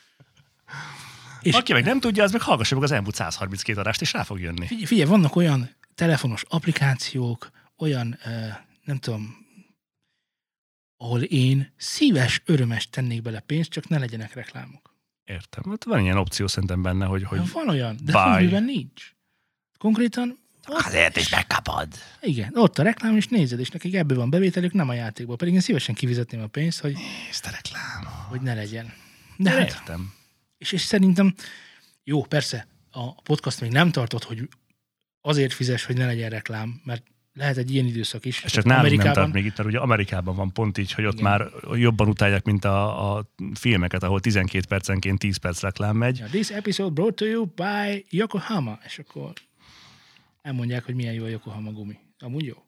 [SPEAKER 1] És aki meg nem tudja, az meg hallgassa meg az elmúlt 132 adást, és rá fog jönni.
[SPEAKER 2] Figyelj, vannak olyan telefonos applikációk, olyan, nem tudom, ahol én szíves, örömes tennék bele pénzt, csak ne legyenek reklámok.
[SPEAKER 1] Értem. Hát van ilyen opció szerintem benne, hogy
[SPEAKER 2] Van olyan, de
[SPEAKER 1] buy.
[SPEAKER 2] Hungryben nincs. Konkrétan
[SPEAKER 1] azért is megkapod.
[SPEAKER 2] igen, ott a reklám, és nézed, és nekik ebből van bevételük, nem a játékból. Pedig én szívesen kifizetném a pénzt, hogy
[SPEAKER 1] Nézd a reklám.
[SPEAKER 2] hogy ne legyen. De hát,
[SPEAKER 1] Értem.
[SPEAKER 2] és szerintem, jó, persze, a podcast még nem tartott, hogy azért fizes, hogy ne legyen reklám, mert lehet egy ilyen időszak is.
[SPEAKER 1] És csak nálunk nem tart még itt, mert ugye Amerikában van pont így, hogy ott
[SPEAKER 2] Igen.
[SPEAKER 1] már jobban utálják, mint a filmeket, ahol 12 percenként 10 perc reklám megy.
[SPEAKER 2] Ja, this episode brought to you by Yokohama. És akkor elmondják, hogy milyen jó a Yokohama gumi. Amúgy jó.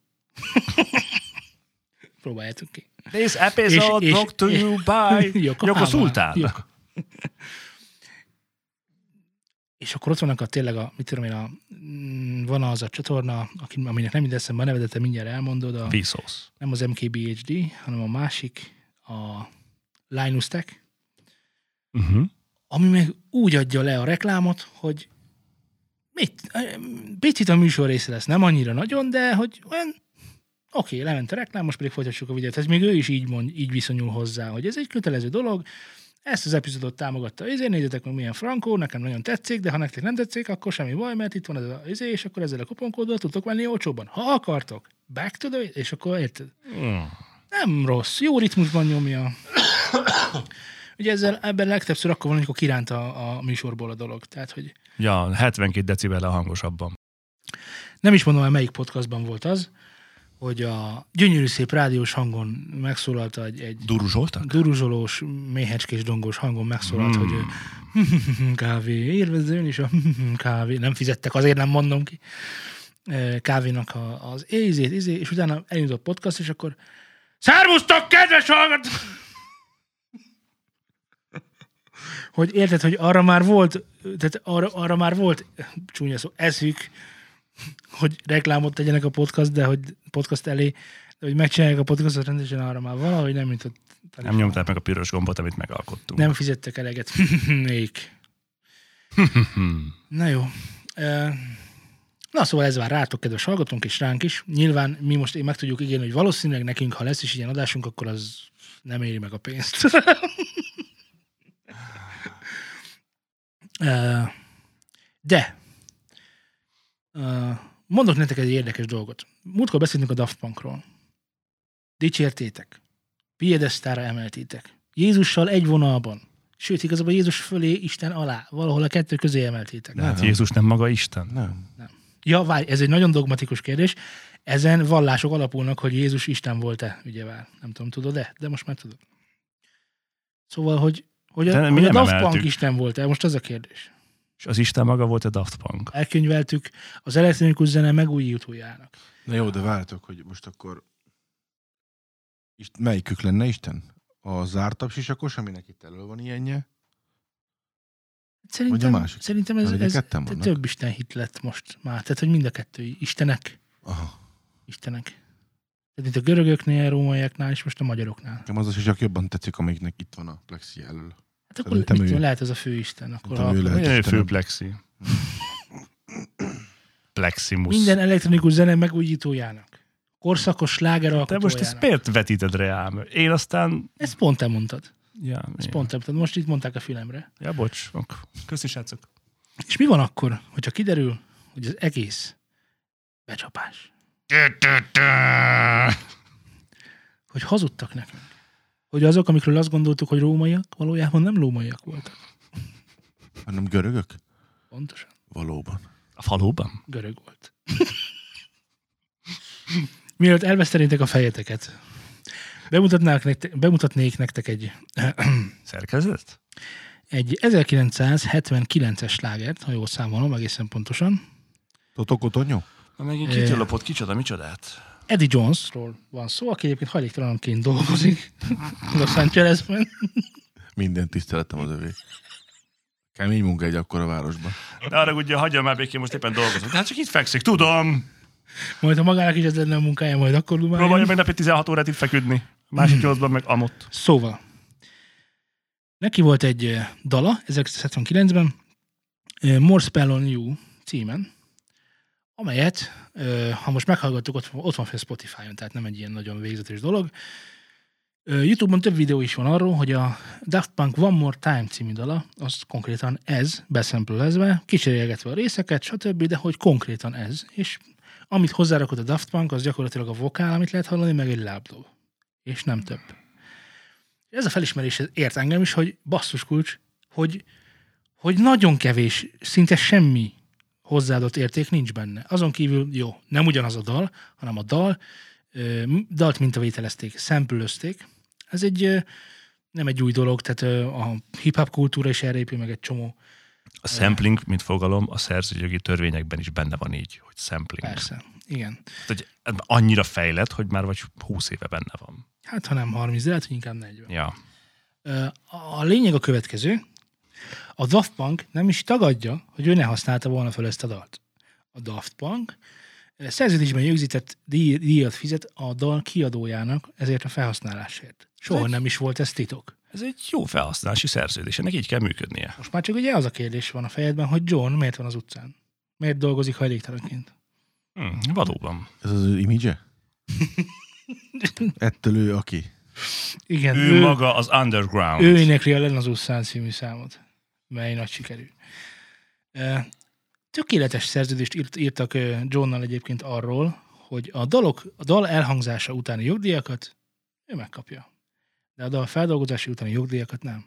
[SPEAKER 2] Próbáljátok ki.
[SPEAKER 1] This episode brought to you by Yoko Sultán.
[SPEAKER 2] És akkor ott vannak tényleg mit tudom én, van az a csatorna, aminek nem jut eszembe a nevedet, te mindjárt elmondod.
[SPEAKER 1] Vsauce.
[SPEAKER 2] Nem az MKBHD, hanem a másik, a Linus Tech, ami meg úgy adja le a reklámot, hogy picit a műsor része lesz, nem annyira nagyon, de hogy olyan, oké, lement a reklám, most pedig folytassuk a videót. Ez még ő is így viszonyul hozzá, hogy ez egy kötelező dolog, ezt az epizódot támogatta, ezért nézzetek meg milyen frankó, nekem nagyon tetszik, de ha nektek nem tetszik, akkor semmi baj, mert itt van ez az és akkor ezzel a kuponkóddal tudtok venni olcsóban. Ha akartok, back to the, és akkor érted? Nem rossz, jó ritmusban nyomja. Ugye ebben legtöbbször akkor van, amikor kiránt a műsorból a dolog. Tehát, hogy
[SPEAKER 1] Ja, 72 decibel hangosabban.
[SPEAKER 2] nem is mondom el, melyik podcastban volt az, hogy a gyönyörű szép rádiós hangon megszólalta egy
[SPEAKER 1] Duruzsoltak?
[SPEAKER 2] duruzsolós, méhecskés dongós hangon megszólalt, hogy kávé, érvezőn is a kávé, nem fizettek, azért nem mondom ki, kávénak az ízét, és utána elindult a podcast, és akkor szervusztok, kedves hallgatók! Hogy érted, hogy arra már volt, tehát arra már volt, csúnya szó, eszük, hogy reklámot tegyenek a podcast elé, de hogy megcsinálják a podcastot rendesen, arra már valahogy nem jutott.
[SPEAKER 1] Nem nyomták meg a piros gombot, amit megalkottunk.
[SPEAKER 2] Nem fizettek eleget. Még. Na jó. Na szóval ez vár rátok, kedves hallgatónk, és ránk is. Nyilván mi most meg tudjuk ígérni, hogy valószínűleg nekünk, ha lesz is ilyen adásunk, akkor az nem éri meg a pénzt. De mondok nektek egy érdekes dolgot. Múltkor beszéltünk a Daft Punkról. Dicsértétek. Piedesztára emeltétek. Jézussal egy vonalban. Sőt, igazából Jézus fölé, Isten alá. Valahol a kettő közé emeltétek.
[SPEAKER 1] Hát Jézus nem maga Isten?
[SPEAKER 3] Nem.
[SPEAKER 2] Ja, várj, ez egy nagyon dogmatikus kérdés. Ezen vallások alapulnak, hogy Jézus Isten volt-e, ugye vár. Nem tudom, tudod-e? De most már tudod. Szóval, hogy a Daft Punk Isten volt-e? Most az a kérdés.
[SPEAKER 1] És az Isten maga volt a Daft Punk?
[SPEAKER 2] Elkönyveltük az elektronikus zene megújítójának.
[SPEAKER 3] Na jó, de várjatok, hogy most akkor melyikük lenne Isten? A zártabb sisakos, aminek itt elő van ilyenje?
[SPEAKER 2] Szerintem ez több Isten hit lett most már. Tehát, hogy mind a kettő istenek.
[SPEAKER 3] Aha.
[SPEAKER 2] Istenek. Tehát itt a görögöknél, a rómaiaknál, és most a magyaroknál.
[SPEAKER 3] Nekem az a sisak jobban tetszik, amiknek itt van a plexi elől.
[SPEAKER 2] Hát akkor mit tudom, lehet ez a főisten. Akkor
[SPEAKER 1] Milyen fő plexi? Fleximus.
[SPEAKER 2] Minden elektronikus zene megújítójának. Korszakos slágeralkotójának.
[SPEAKER 1] Te most ezt miért vetíted rám? Én aztán...
[SPEAKER 2] Ezt pont te mondtad.
[SPEAKER 1] Ja,
[SPEAKER 2] Ezt pont te mondtad. Most itt mondták a fülemre.
[SPEAKER 1] Ja, bocs. Köszi, srácok.
[SPEAKER 2] És mi van akkor, hogyha kiderül, hogy az egész becsapás? Hogy hazudtak nekünk. Hogy azok, amikről azt gondoltuk, hogy rómaiak, valójában nem rómaiak voltak.
[SPEAKER 3] Hanem görögök?
[SPEAKER 2] Pontosan.
[SPEAKER 3] Valóban.
[SPEAKER 1] A faluban?
[SPEAKER 2] Görög volt. Mielőtt elvesztenétek a fejeteket, bemutatnék nektek egy
[SPEAKER 1] Szerkezet?
[SPEAKER 2] egy 1979-es slágert, ha jól számolom, egészen pontosan.
[SPEAKER 3] Totokotonyó?
[SPEAKER 1] Megint kitölöpott kicsoda, micsodát?
[SPEAKER 2] Eddie Jonesról van szó, aki egyébként hajléktalanként dolgozik Los Angelesben.
[SPEAKER 3] Minden tiszteletem az övé. Kemény munka egy akkora városban.
[SPEAKER 1] De arra ugye hagyja már békén, most éppen dolgozom. De hát csak itt fekszik, tudom.
[SPEAKER 2] Majd ha magának is ez lenne a munkája, majd akkor dumáljon.
[SPEAKER 1] Próbálja meg napi 16 órát itt feküdni. Másik 8-ban meg amott.
[SPEAKER 2] Szóval, neki volt egy dala 1979-ben, More Spell on You címen, amelyet, ha most meghallgattuk, ott van fel Spotify-on, tehát nem egy ilyen nagyon végzetes dolog. YouTube-on több videó is van arról, hogy a Daft Punk One More Time című dala, az konkrétan ez, beszemplőzve, kicserélgetve a részeket, stb., de hogy konkrétan ez. És amit hozzárakott a Daft Punk, az gyakorlatilag a vokál, amit lehet hallani, meg egy lábdob. És nem több. Ez a felismerés ért engem is, hogy basszuskulcs, hogy nagyon kevés, szinte semmi hozzáadott érték nincs benne. Azon kívül, jó, nem ugyanaz a dal, hanem a dalt mintavételezték, szempülözték. Ez nem egy új dolog, tehát a hip-hop kultúra is erre épül, meg egy csomó.
[SPEAKER 1] A sampling, mint fogalom, a szerzőjogi törvényekben is benne van így, hogy sampling.
[SPEAKER 2] Persze, igen.
[SPEAKER 1] Tehát, hogy annyira fejlett, hogy már vagy 20 éve benne van.
[SPEAKER 2] Hát, ha nem 30, de lehet, hogy inkább 40.
[SPEAKER 1] Ja.
[SPEAKER 2] A lényeg a következő. A Daft Punk nem is tagadja, hogy ő ne használta volna fel ezt a dalt. A Daft Punk szerződésben rögzített díjat fizet a dal kiadójának ezért a felhasználásért. Soha nem is volt ez titok.
[SPEAKER 1] Ez egy jó felhasználási szerződés, ennek így kell működnie.
[SPEAKER 2] Most már csak ugye az a kérdés van a fejedben, hogy John miért van az utcán? Miért dolgozik hajléktalanként?
[SPEAKER 1] Valóban.
[SPEAKER 3] Ez az ő image-e? Ettől ő aki?
[SPEAKER 2] Igen,
[SPEAKER 1] Ő maga az underground.
[SPEAKER 2] Ő énekli a Len az utcán című számot, mely nagy sikerű. Tökéletes szerződést írtak Johnnal egyébként arról, hogy a dal elhangzása utáni jogdíjakat ő megkapja. De a dal feldolgozási utáni jogdíjakat nem.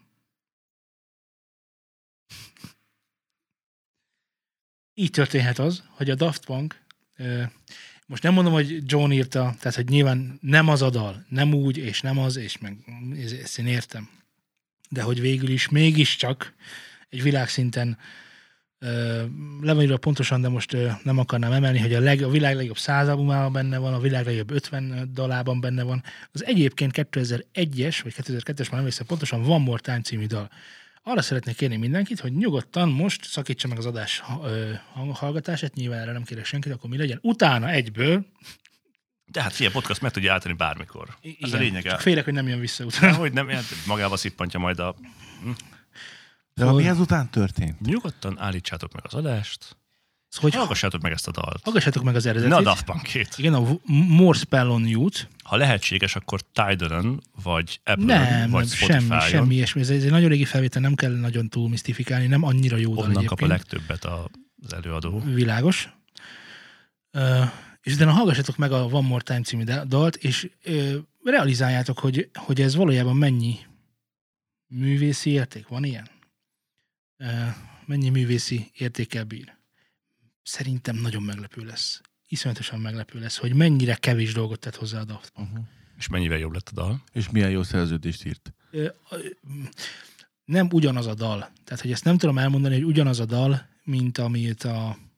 [SPEAKER 2] Így történhet az, hogy a Daft Punk, most nem mondom, hogy John írta, tehát hogy nyilván nem az a dal, nem úgy, és nem az, és meg ezt én értem. De hogy végül is mégiscsak egy világszinten le van írva pontosan, de most nem akarnám emelni, hogy a világ legjobb 100 albumában benne van, a világ legjobb 50 dalában benne van. Az egyébként 2001-es, vagy 2002-es, már nem emlékszem pontosan, One More Time című dal. Arra szeretnék kérni mindenkit, hogy nyugodtan most szakítsa meg az adás hallgatását, nyilván erre nem kérek senkit, akkor mi legyen. Utána egyből.
[SPEAKER 1] De hát figyelj, podcast meg tudja állítani bármikor. Ez a lényeg.
[SPEAKER 2] Csak félek, hogy nem jön vissza utána.
[SPEAKER 1] Hogy nem, magával szippantja majd a...
[SPEAKER 3] De ami ezután történt?
[SPEAKER 1] Nyugodtan állítsátok meg az adást,
[SPEAKER 2] hogy
[SPEAKER 1] hallgassátok meg ezt a dalt.
[SPEAKER 2] Hallgassátok meg az eredetit.
[SPEAKER 1] Ne a Daft Punkét.
[SPEAKER 2] Igen, a More Spell on You-t.
[SPEAKER 1] Ha lehetséges, akkor Tidal-on, vagy Apple-on, vagy Spotify-on.
[SPEAKER 2] semmi ilyesmi. Ez egy nagyon régi felvétel, nem kell nagyon túl misztifikálni, nem annyira jó dal
[SPEAKER 1] egyébként.
[SPEAKER 2] egyébként.
[SPEAKER 1] Kap a legtöbbet az előadó.
[SPEAKER 2] Világos. És utána hallgassátok meg a One More Time című dalt, és realizáljátok, hogy ez valójában mennyi művészi érték. Van ilyen? Mennyi művészi értékkel bír. Szerintem nagyon meglepő lesz. Iszonyatosan meglepő lesz, hogy mennyire kevés dolgot tett hozzá a Daft Punk.
[SPEAKER 1] És mennyivel jobb lett a dal?
[SPEAKER 3] És milyen jó szerződést írt?
[SPEAKER 2] Nem ugyanaz a dal. Tehát, hogy ezt nem tudom elmondani, hogy ugyanaz a dal, mint amit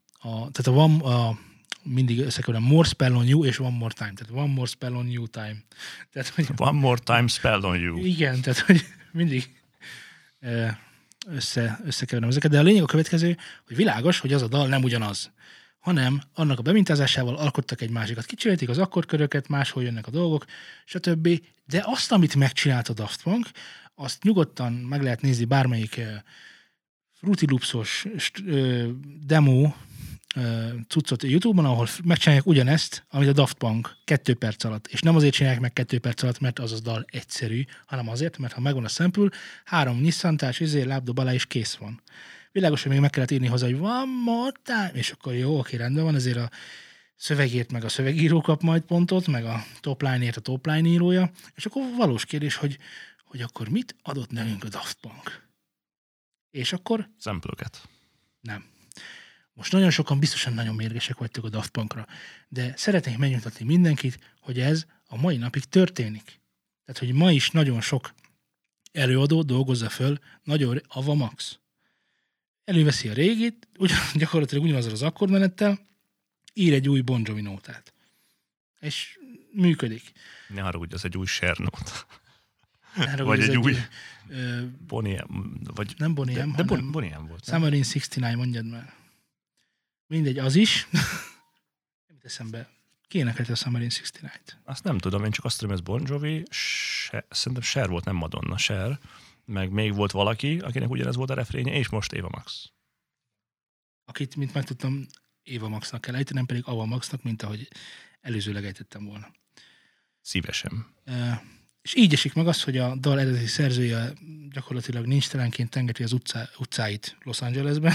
[SPEAKER 2] mindig összekeverem More Spell on You és One More Time. Tehát One More Spell on You Time. Tehát, hogy
[SPEAKER 1] One More Time Spell on You.
[SPEAKER 2] Igen, tehát, hogy mindig összekeverem ezeket, de a lényeg a következő, hogy világos, hogy az a dal nem ugyanaz, hanem annak a bemintázásával alkottak egy másikat. Kicserélték az akkordköröket, máshol jönnek a dolgok, stb. De azt, amit megcsinált a Daft Punk, azt nyugodtan meg lehet nézni bármelyik Fruity Loops-os demo cuccot YouTube-on, ahol megcsinálják ugyanezt, amit a Daft Punk 2 perc alatt. És nem azért csinálják meg 2 perc alatt, mert az dal egyszerű, hanem azért, mert ha megvan a sample, 3 Nissan-tás, lábdob alá, és kész van. Világos, hogy még meg kellett írni hozzá, hogy one more time, és akkor jó, oké, rendben van, ezért a szövegért meg a szövegíró kap majd pontot, meg a top line-ért a top line írója, és akkor valós kérdés, hogy akkor mit adott nekünk a Daft Punk? És akkor...
[SPEAKER 1] Sample-öket.
[SPEAKER 2] Nem. Most nagyon sokan biztosan nagyon mérgesek vagytok a Daft Punkra, de szeretnék megnyugtatni mindenkit, hogy ez a mai napig történik. Tehát, hogy ma is nagyon sok előadó dolgozza föl nagyon Ava Max. Előveszi a régit, gyakorlatilag ugyanazzal az akkordmenettel, ír egy új Bon Jovi nótát. És működik.
[SPEAKER 1] Ne haragudj, az egy új Cher nóta.
[SPEAKER 2] Vagy
[SPEAKER 1] egy új Bonnie vagy
[SPEAKER 2] nem Bonnie M, hanem
[SPEAKER 1] Bonnie M volt.
[SPEAKER 2] Summer in 69, mondjad már. Mindegy, az is. Nem eszembe. Ki énekelte a Summer in 69-t?
[SPEAKER 1] Azt nem tudom, én csak azt tudom, ez Bon Jovi, szerintem Cher volt, nem Madonna, Cher, meg még volt valaki, akinek ugyanez volt a refrénye, és most Ava Max.
[SPEAKER 2] Akit, mint megtudtam, Ava Maxnak kell ejteni, nem pedig Ava Maxnak, mint ahogy előzőleg ejtettem volna.
[SPEAKER 1] Szívesen.
[SPEAKER 2] És így esik meg az, hogy a dal eredeti szerzője gyakorlatilag nincs telenként tengeti az utcáit Los Angelesben.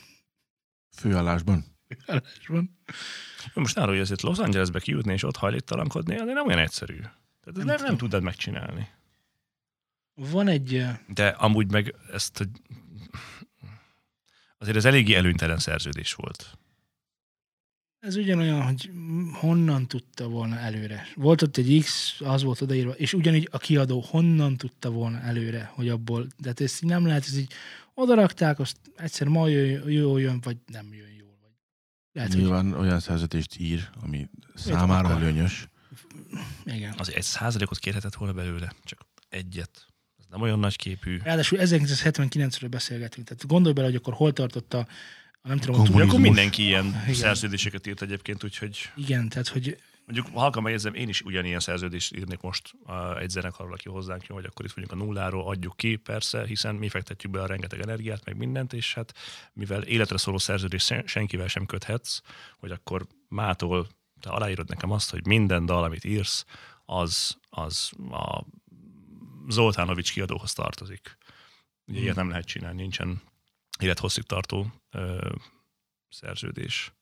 [SPEAKER 3] Főállásban.
[SPEAKER 1] Most arról, hogy azért Los Angelesbe kijutni és ott hajléktalankodni, azért nem olyan egyszerű. Tehát nem tudod megcsinálni.
[SPEAKER 2] Van egy...
[SPEAKER 1] De amúgy meg ezt, hogy azért ez eléggé előnytelen szerződés volt.
[SPEAKER 2] Ez ugyanolyan, hogy honnan tudta volna előre. Volt ott egy X, az volt odaírva, és ugyanígy a kiadó honnan tudta volna előre, hogy abból, de ezt nem lehet, ez így odarakták, azt egyszer ma jól jön, vagy nem jön jól. Vagy lehet,
[SPEAKER 3] nyilván olyan szerződést ír, ami számára előnyös.
[SPEAKER 2] Igen.
[SPEAKER 1] Az 1%-ot kérhetett volna belőle, csak egyet. Ez nem olyan nagy képű.
[SPEAKER 2] Ráadásul 1979-ről beszélgetünk, tehát gondolj bele, hogy akkor hol tartott a nem tudom,
[SPEAKER 1] akkor mindenki ilyen szerződéseket írt egyébként, úgyhogy...
[SPEAKER 2] Igen, tehát hogy...
[SPEAKER 1] Mondjuk, halkan megjegyzem, én is ugyanilyen szerződést írnék most egy zenekarral, aki hozzánk jön, hogy akkor itt mondjuk a nulláról adjuk ki, persze, hiszen mi fektetjük be a rengeteg energiát, meg mindent, és hát mivel életre szóló szerződést senkivel sem köthetsz, hogy akkor mától te aláírod nekem azt, hogy minden dal, amit írsz, az a Zoltánovics kiadóhoz tartozik. Ugye ilyet nem lehet csinálni, nincsen élethosszig tartó szerződés.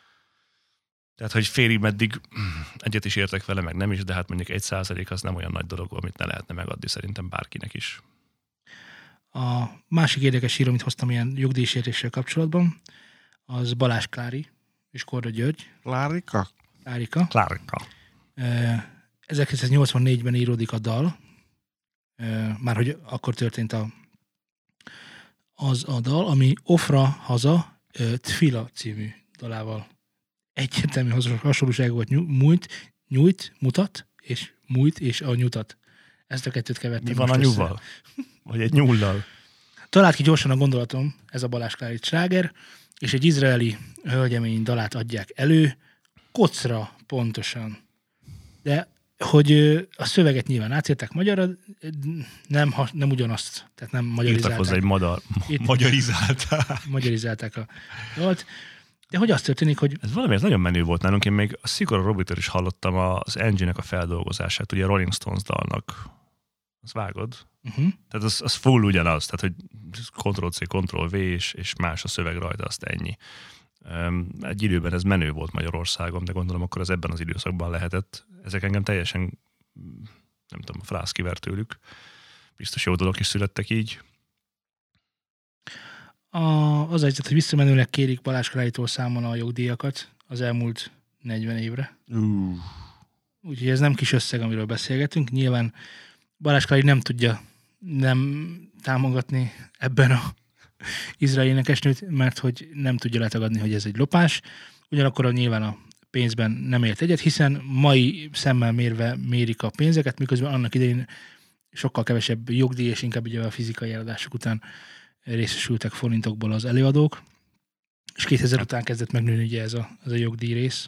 [SPEAKER 1] Tehát, hogy félig meddig egyet is értek vele, meg nem is, de hát mondjuk 1% az nem olyan nagy dolog, amit ne lehetne megadni szerintem bárkinek is.
[SPEAKER 2] A másik érdekes író, amit hoztam ilyen jogdíjsértéssel kapcsolatban, az Balázs Klári és Korda György.
[SPEAKER 3] Klárika.
[SPEAKER 2] 1984-ben íródik a dal, már hogy akkor történt az a dal, ami Ofra Haza Tfila című dalával egyértelmű hasonlóságokat mutat, és a nyutat. Ezt a kettőt kevertem.
[SPEAKER 1] Mi van a nyúval? Vagy egy nyúllal?
[SPEAKER 2] Talált ki gyorsan a gondolatom, ez a Balázs Klári sláger, és egy izraeli hölgyemény dalát adják elő, kocra pontosan. De hogy a szöveget nyilván átírták magyarra, nem ugyanazt, tehát nem magyarizálták.
[SPEAKER 1] Írtak hozzá egy
[SPEAKER 2] magyarizálták a dalt. De hogy az történik, hogy...
[SPEAKER 1] Ez valamiért nagyon menő volt nálunk, én még a Szigorú Robitől is hallottam az Angie-nek a feldolgozását, ugye a Rolling Stones dalnak. Azt vágod? Tehát az full ugyanaz, tehát hogy Ctrl-C, Ctrl-V, és más a szöveg rajta, azt ennyi. Egy időben ez menő volt Magyarországon, de gondolom akkor az ebben az időszakban lehetett. Ezek engem teljesen, nem tudom, a frász kivert tőlük. Biztos jó dolog is születtek így.
[SPEAKER 2] Az egyet, hogy visszamenőleg kérik Balázs Klárítól számon a jogdíjakat az elmúlt 40 évre. Úgyhogy ez nem kis összeg, amiről beszélgetünk. Nyilván Balázs Klári nem tudja nem támogatni ebben a izraeli énekesnőt, mert hogy nem tudja letagadni, hogy ez egy lopás. Ugyanakkor nyilván a pénzben nem ért egyet, hiszen mai szemmel mérve mérik a pénzeket, miközben annak idején sokkal kevesebb jogdíj, és inkább ugye a fizikai eladások után részesültek forintokból az előadók, és 2000 után kezdett megnőni ugye ez a jogdíj rész.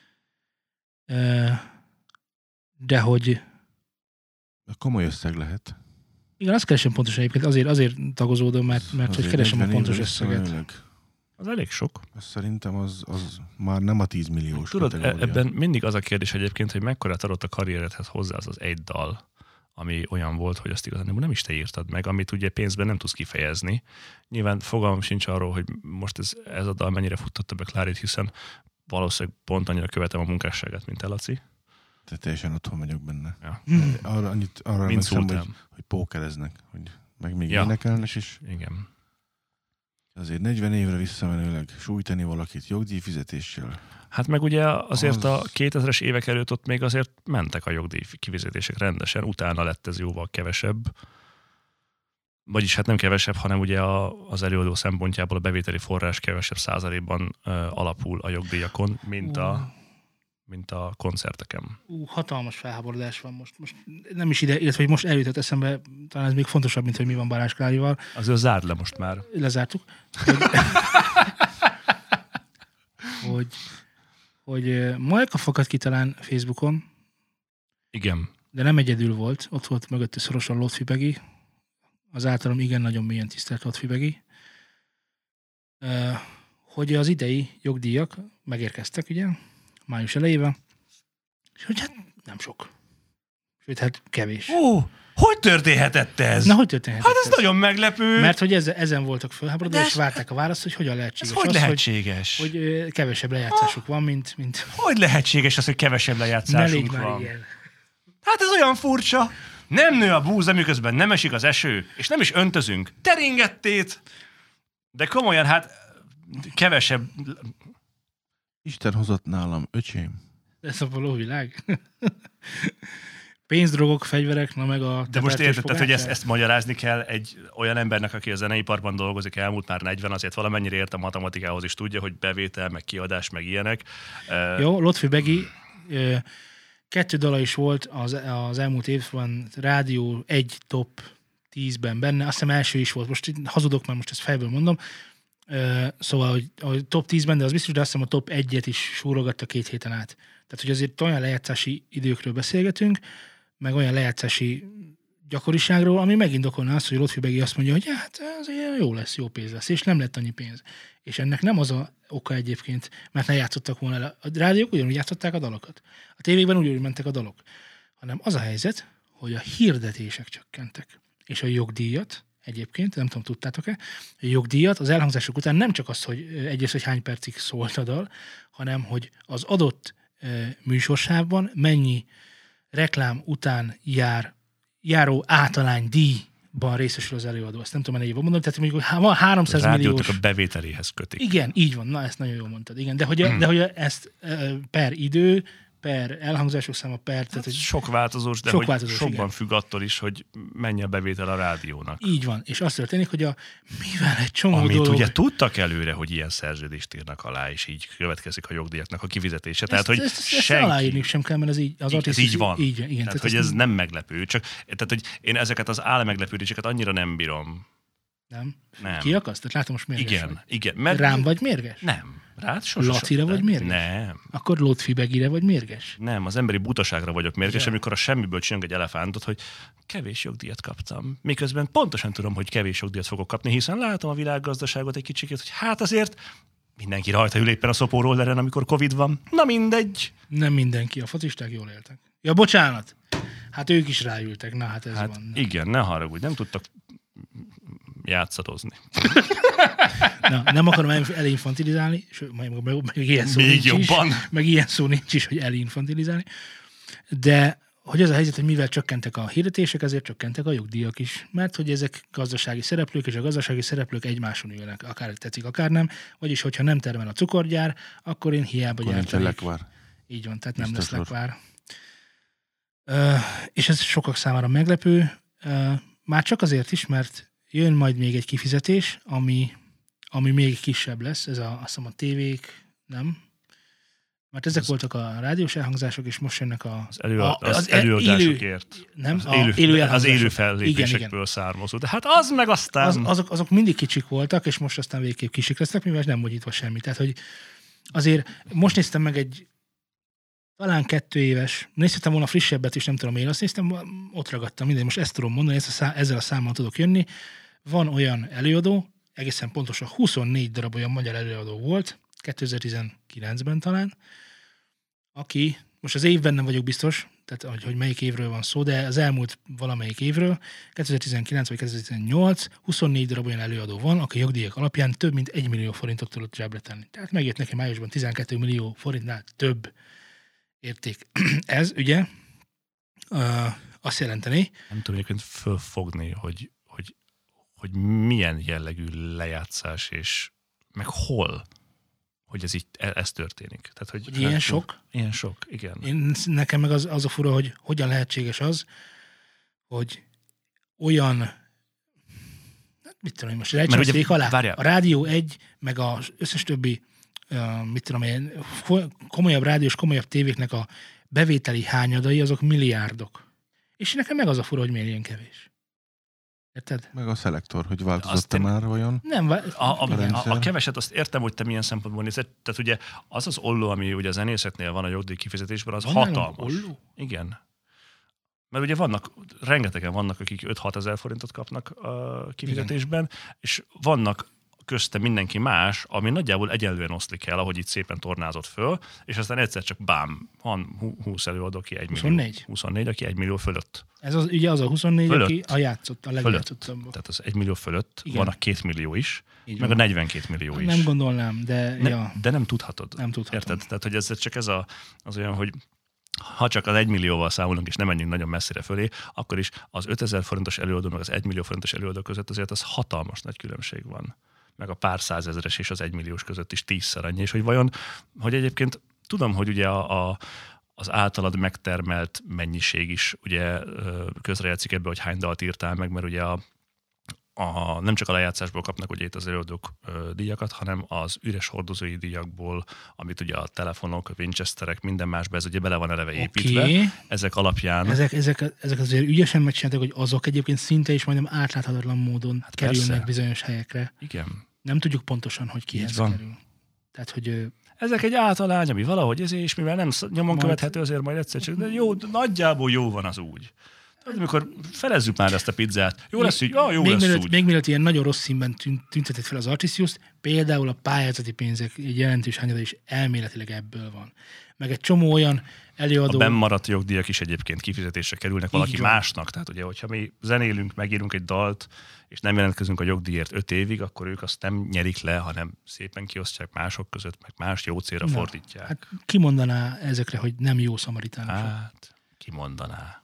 [SPEAKER 2] De hogy...
[SPEAKER 3] Komoly összeg lehet.
[SPEAKER 2] Igen, azt keresem pontosan egyébként, azért tagozódom, mert hogy keresem a pontos összeget.
[SPEAKER 1] Az elég sok.
[SPEAKER 3] Szerintem az már nem a 10 milliós.
[SPEAKER 1] Tudod,
[SPEAKER 3] kategória.
[SPEAKER 1] ebben mindig az a kérdés egyébként, hogy mekkorát adott a karrieredhez hozzá az egy dal, ami olyan volt, hogy azt igazán nem is te írtad meg, amit ugye pénzben nem tudsz kifejezni. Nyilván fogalmam sincs arról, hogy most ez a dal mennyire futtatta be Klárit, hiszen valószínűleg pont annyira követem a munkásságát, mint te, Laci.
[SPEAKER 3] Te teljesen otthon vagyok benne.
[SPEAKER 1] Ja.
[SPEAKER 3] Arra emlékszem, hogy pókereznek, hogy meg még énekelnek is.
[SPEAKER 1] Igen.
[SPEAKER 3] Azért 40 évre visszamenőleg sújtani valakit jogdíjfizetéssel.
[SPEAKER 1] Hát meg ugye azért a 2000-es évek előtt ott még azért mentek a jogdíj kifizetések rendesen, utána lett ez jóval kevesebb. Vagyis hát nem kevesebb, hanem ugye az előadó szempontjából a bevételi forrás kevesebb százalékban alapul a jogdíjakon, mint a koncerteken.
[SPEAKER 2] Hatalmas felháborodás van most nem is ide, illetve hogy most eljutott eszembe, talán ez még fontosabb, mint hogy mi van Balázs Klárival.
[SPEAKER 1] Azért zárd le most már.
[SPEAKER 2] Lezártuk. Hogy Majka fakadt ki talán Facebookon.
[SPEAKER 1] Igen.
[SPEAKER 2] De nem egyedül volt. Ott volt mögötte szorosan Lotfi Begi. Az általam igen nagyon mélyen tisztelt Lotfi Begi. Hogy az idei jogdíjak megérkeztek, ugye? Május elejében. És hogy hát nem sok. Sőt, hát kevés.
[SPEAKER 1] Hogy történhetett ez?
[SPEAKER 2] Na, hogy történhetett
[SPEAKER 1] Hát ez nagyon meglepő.
[SPEAKER 2] Mert hogy ezen voltak fölháborodva, és várták a választ, hogy hogyan lehetséges.
[SPEAKER 1] Ez hogy lehetséges?
[SPEAKER 2] Hogy kevesebb lejátszásuk van, mint...
[SPEAKER 1] Hogy lehetséges az, hogy kevesebb lejátszásunk van?
[SPEAKER 2] Ilyen.
[SPEAKER 1] Hát ez olyan furcsa. Nem nő a búza, miközben nem esik az eső, és nem is öntözünk. Teringettét! De komolyan, hát kevesebb...
[SPEAKER 3] Isten hozott nálam, öcsém.
[SPEAKER 2] Ez a való világ. Pénzdrogok, fegyverek, na meg a...
[SPEAKER 1] De most érted, hogy ezt magyarázni kell egy olyan embernek, aki a zeneiparban dolgozik, elmúlt már 40, azért valamennyire ért a matematikához is tudja, hogy bevétel, meg kiadás, meg ilyenek.
[SPEAKER 2] Jó, Lotfi Begi 2 dala is volt az elmúlt évben rádió 1 top 10-ben benne, azt hiszem első is volt, most hazudok, mert most ezt fejből mondom, szóval, hogy a top 10-ben, de az biztos, de azt hiszem a top 1-et is súrogatta 2 héten át. Tehát, hogy azért olyan lejátszási időkről beszélgetünk, meg olyan lejátszási gyakoriságról, ami megindokolna azt, hogy Lotfi Begi azt mondja, hogy hát ez jó lesz, jó pénz lesz, és nem lett annyi pénz. És ennek nem az a oka egyébként, mert ne játszottak volna el. A rádiók ugyanúgy játszották a dalokat. A tévékben ugyanúgy mentek a dalok. Hanem az a helyzet, hogy a hirdetések csökkentek. És a jogdíjat egyébként, nem tudom, tudtátok-e, a jogdíjat az elhangzások után nem csak az, hogy egyrészt, hogy hány percig szólt a dal, hanem hogy az adott műsorsávban mennyi reklám után járó általány díjban részesül az előadó. Ezt nem tudom, mennyi mondom, tehát mondjuk van 300 milliós...
[SPEAKER 1] Rádiótok a bevételéhez kötik.
[SPEAKER 2] Igen, így van, na ezt nagyon jól mondtad. Igen, de hogy ezt per idő, per elhangzások száma, per... Tehát, hogy
[SPEAKER 1] sok változós, de sokban igen. Függ attól is, hogy mennyi a bevétel a rádiónak.
[SPEAKER 2] Így van, és az történik, hogy mivel egy csomó
[SPEAKER 1] amit
[SPEAKER 2] dolog...
[SPEAKER 1] ugye tudtak előre, hogy ilyen szerződést írnak alá, és így következik a jogdíjaknak a kifizetése. Tehát, hogy
[SPEAKER 2] ezt aláírni sem kell, mert ez így...
[SPEAKER 1] Ez így van.
[SPEAKER 2] Igen,
[SPEAKER 1] tehát, hogy ez nem meglepő. Tehát, hogy én ezeket az álmeglepődéseket annyira nem bírom.
[SPEAKER 2] Nem? Kiakaszt? Tehát látom, most mérges
[SPEAKER 1] vagy. Igen.
[SPEAKER 2] Mert rám vagy mérges?
[SPEAKER 1] Nem. Rád sosem.
[SPEAKER 2] Lacira vagy mérges?
[SPEAKER 1] Nem.
[SPEAKER 2] Akkor Lotfi Begire vagy mérges?
[SPEAKER 1] Nem, az emberi butaságra vagyok mérges, amikor a semmiből csinálunk egy elefántot, hogy kevés jogdíjat kaptam. Miközben pontosan tudom, hogy kevés jogdíjat fogok kapni, hiszen látom a világgazdaságot egy kicsikét, hogy hát azért mindenki rajta ül éppen a szopórolleren, amikor Covid van. Na mindegy.
[SPEAKER 2] Nem mindenki, a focisták jól éltek. Ja, bocsánat. Hát ők is ráültek, na hát ez van.
[SPEAKER 1] Igen, ne haragudj, nem tudtak játszadozni.
[SPEAKER 2] Na, nem akarom elinfantilizálni, meg ilyen szó nincs jobban. Meg ilyen szó nincs is, hogy elinfantilizálni. De hogy az a helyzet, hogy mivel csökkentek a hirdetések, ezért csökkentek a jogdíjak is. Mert hogy ezek gazdasági szereplők, és a gazdasági szereplők egymáson ülnek, akár tetszik, akár nem. Vagyis, hogyha nem termel a cukorgyár, akkor én hiába gyártanék. Így van, tehát nem lesz lekvár. És ez sokak számára meglepő. Már csak azért is, mert jön majd még egy kifizetés, ami még kisebb lesz, ez azt hiszem a tévék, nem? Mert ezek voltak a rádiós elhangzások, és most jönnek az
[SPEAKER 1] előadásokért.
[SPEAKER 2] Nem?
[SPEAKER 1] Az élő fellépésekből származó. De hát az meg aztán...
[SPEAKER 2] Azok mindig kicsik voltak, és most aztán végképp kisik lesznek, mivel nem mondítva semmi. Tehát, hogy azért most néztem meg talán 2 éves, néztem volna frissebbet is, nem tudom én, azt néztem, ott ragadtam, mindegy, most ezt tudom mondani, ezzel a számmal tudok jönni. Van olyan előadó, egészen pontosan 24 darab olyan magyar előadó volt, 2019-ben talán, aki, most az évben nem vagyok biztos, tehát hogy melyik évről van szó, de az elmúlt valamelyik évről, 2019 vagy 2018, 24 darab olyan előadó van, aki jogdíjak alapján több mint 1 millió forintot tudott zsebre tenni. Tehát megjött neki májusban 12 millió forintnál több érték. Ez ugye azt jelenteni...
[SPEAKER 1] Nem tudom egyébként fölfogni, hogy milyen jellegű lejátszás, és meg hol, hogy ez történik. Tehát, hogy
[SPEAKER 2] ilyen sok?
[SPEAKER 1] Ilyen sok, igen.
[SPEAKER 2] Nekem meg az a fura, hogy hogyan lehetséges az, hogy olyan, mit tudom én most, rejtségszék alá, a Rádió 1, meg az összes többi, mit tudom én, komolyabb rádiós, komolyabb tévéknek a bevételi hányadai, azok milliárdok. És nekem meg az a fura, hogy miért ilyen kevés. Érted?
[SPEAKER 3] Meg a szelektor, hogy változott már vajon?
[SPEAKER 2] Nem,
[SPEAKER 1] a keveset azt értem, hogy te milyen szempontból nézed. Tehát ugye az az olló, ami ugye a zenészetnél van a jogdíj kifizetésben, az hatalmas. Igen. Mert ugye rengetegen vannak, akik 5-6 ezer forintot kapnak a kifizetésben, igen. És vannak közte mindenki más, ami nagyjából egyenlően oszlik el, ahogy itt szépen tornázott föl, és aztán egyszer csak bám, van 20 előadó, aki 1 millió. 24, aki 1 millió fölött.
[SPEAKER 2] Ez ugye az a 24, fölött. Aki a
[SPEAKER 1] legjátszottabb. Tehát az 1 millió fölött, igen. Van a 2 millió is, így meg van. A 42 millió is.
[SPEAKER 2] Nem gondolnám, de...
[SPEAKER 1] De nem tudhatod.
[SPEAKER 2] Nem tudhatom.
[SPEAKER 1] Érted? Tehát, hogy ez csak az olyan, hogy ha csak az 1 millióval számolunk, és nem menjünk nagyon messzire fölé, akkor is az 5000 forintos előadó, meg az 1 millió forintos előadó között azért az hatalmas nagy különbség van. Meg a pár százezeres és az 1 milliós között is 10-szer annyi. És hogy vajon, hogy egyébként tudom, hogy ugye az általad megtermelt mennyiség is ugye közrejátszik ebbe, hogy hány dalt írtál meg, mert ugye nem csak a lejátszásból kapnak ugye itt az előadók díjakat, hanem az üres hordozói díjakból, amit ugye a telefonok, a Winchesterek, minden másba, ez ugye bele van eleve építve. Okay. Ezek alapján...
[SPEAKER 2] Ezek azért ügyesen megcsináltak, hogy azok egyébként szinte is majdnem átláthatatlan módon kerülnek persze. Bizonyos helyekre.
[SPEAKER 1] Igen.
[SPEAKER 2] Nem tudjuk pontosan, hogy kihez kerül. Tehát, hogy...
[SPEAKER 1] Ezek egy általány, ami valahogy és mivel nem nyomon követhető, azért majd egyszer csak, de jó, nagyjából jó van az úgy. Tehát amikor felezzük már ezt a pizzát, jó lesz így, jó lesz úgy.
[SPEAKER 2] Még mielőtt ilyen nagyon rossz színben tüntetett fel az Artisius-t, például a pályázati pénzek egy jelentős hányada is elméletileg ebből van. Meg egy csomó olyan előadó...
[SPEAKER 1] A bennmaradt jogdíjak is egyébként kifizetésre kerülnek valaki másnak. Tehát ugye, hogyha mi zenélünk, megírunk egy dalt, és nem jelentkezünk a jogdíjért 5 évig, akkor ők azt nem nyerik le, hanem szépen kiosztják mások között, meg más jó célra fordítják.
[SPEAKER 2] Hát ki mondaná ezekre, hogy nem jó szamaritánusok?
[SPEAKER 1] Hát, ki mondaná?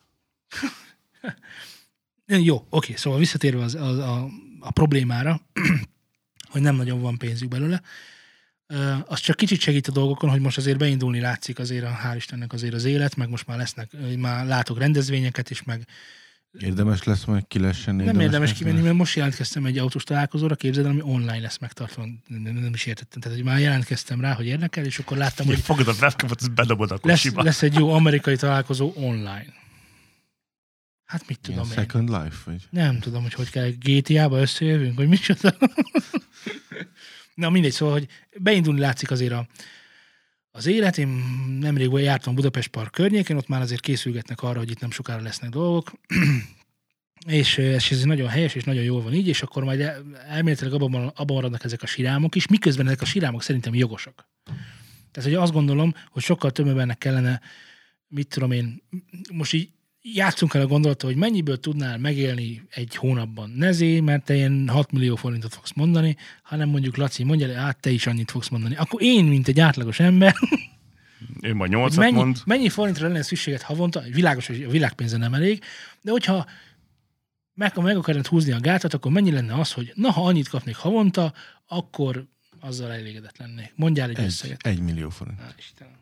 [SPEAKER 2] Jó, oké, szóval visszatérve a problémára, hogy nem nagyon van pénzük belőle, az csak kicsit segít a dolgokon, hogy most azért beindulni látszik azért, hál' Istennek azért az élet, meg most már látok rendezvényeket is, meg...
[SPEAKER 3] Érdemes lesz majd ki lessen?
[SPEAKER 2] Nem érdemes kimenni, mert most jelentkeztem egy autós találkozóra, képzeld, ami online lesz megtartva. Nem is értettem. Tehát, hogy már jelentkeztem rá, hogy érdekel, és akkor láttam, hogy...
[SPEAKER 1] Fogod a webcamot, ezt bedobod a kocsiba.
[SPEAKER 2] Lesz egy jó amerikai találkozó online. Hát mit tudom én.
[SPEAKER 3] Second Life? Vagy?
[SPEAKER 2] Nem tudom, hogy kell GTA-ba összejövünk, vagy micsoda. Na mindegy, szóval, hogy beindulni látszik azért az élet. Én nemrég jártam Budapest Park környékén, ott már azért készülgetnek arra, hogy itt nem sokára lesznek dolgok. És ez nagyon helyes, és nagyon jól van így, és akkor majd elméletileg abban maradnak ezek a sirámok is, miközben ezek a sirámok szerintem jogosak. Tehát, hogy azt gondolom, hogy sokkal több embernek kellene, mit tudom én, most így játszunk el a gondolattal, hogy mennyiből tudnál megélni egy hónapban. Nezé, mert te ilyen 6 millió forintot fogsz mondani, hanem mondjuk Laci, mondja le, te is annyit fogsz mondani. Akkor én, mint egy átlagos ember...
[SPEAKER 1] Ő majd 8-at mond.
[SPEAKER 2] Mennyi forintra lenne szükséged havonta? Világos, hogy a világpénze nem elég, de hogyha meg akarod húzni a gátat, akkor mennyi lenne az, hogy ha annyit kapnék havonta, akkor azzal elégedett lennék. Mondjál egy összeget.
[SPEAKER 3] 1 millió forint.
[SPEAKER 2] Istenem.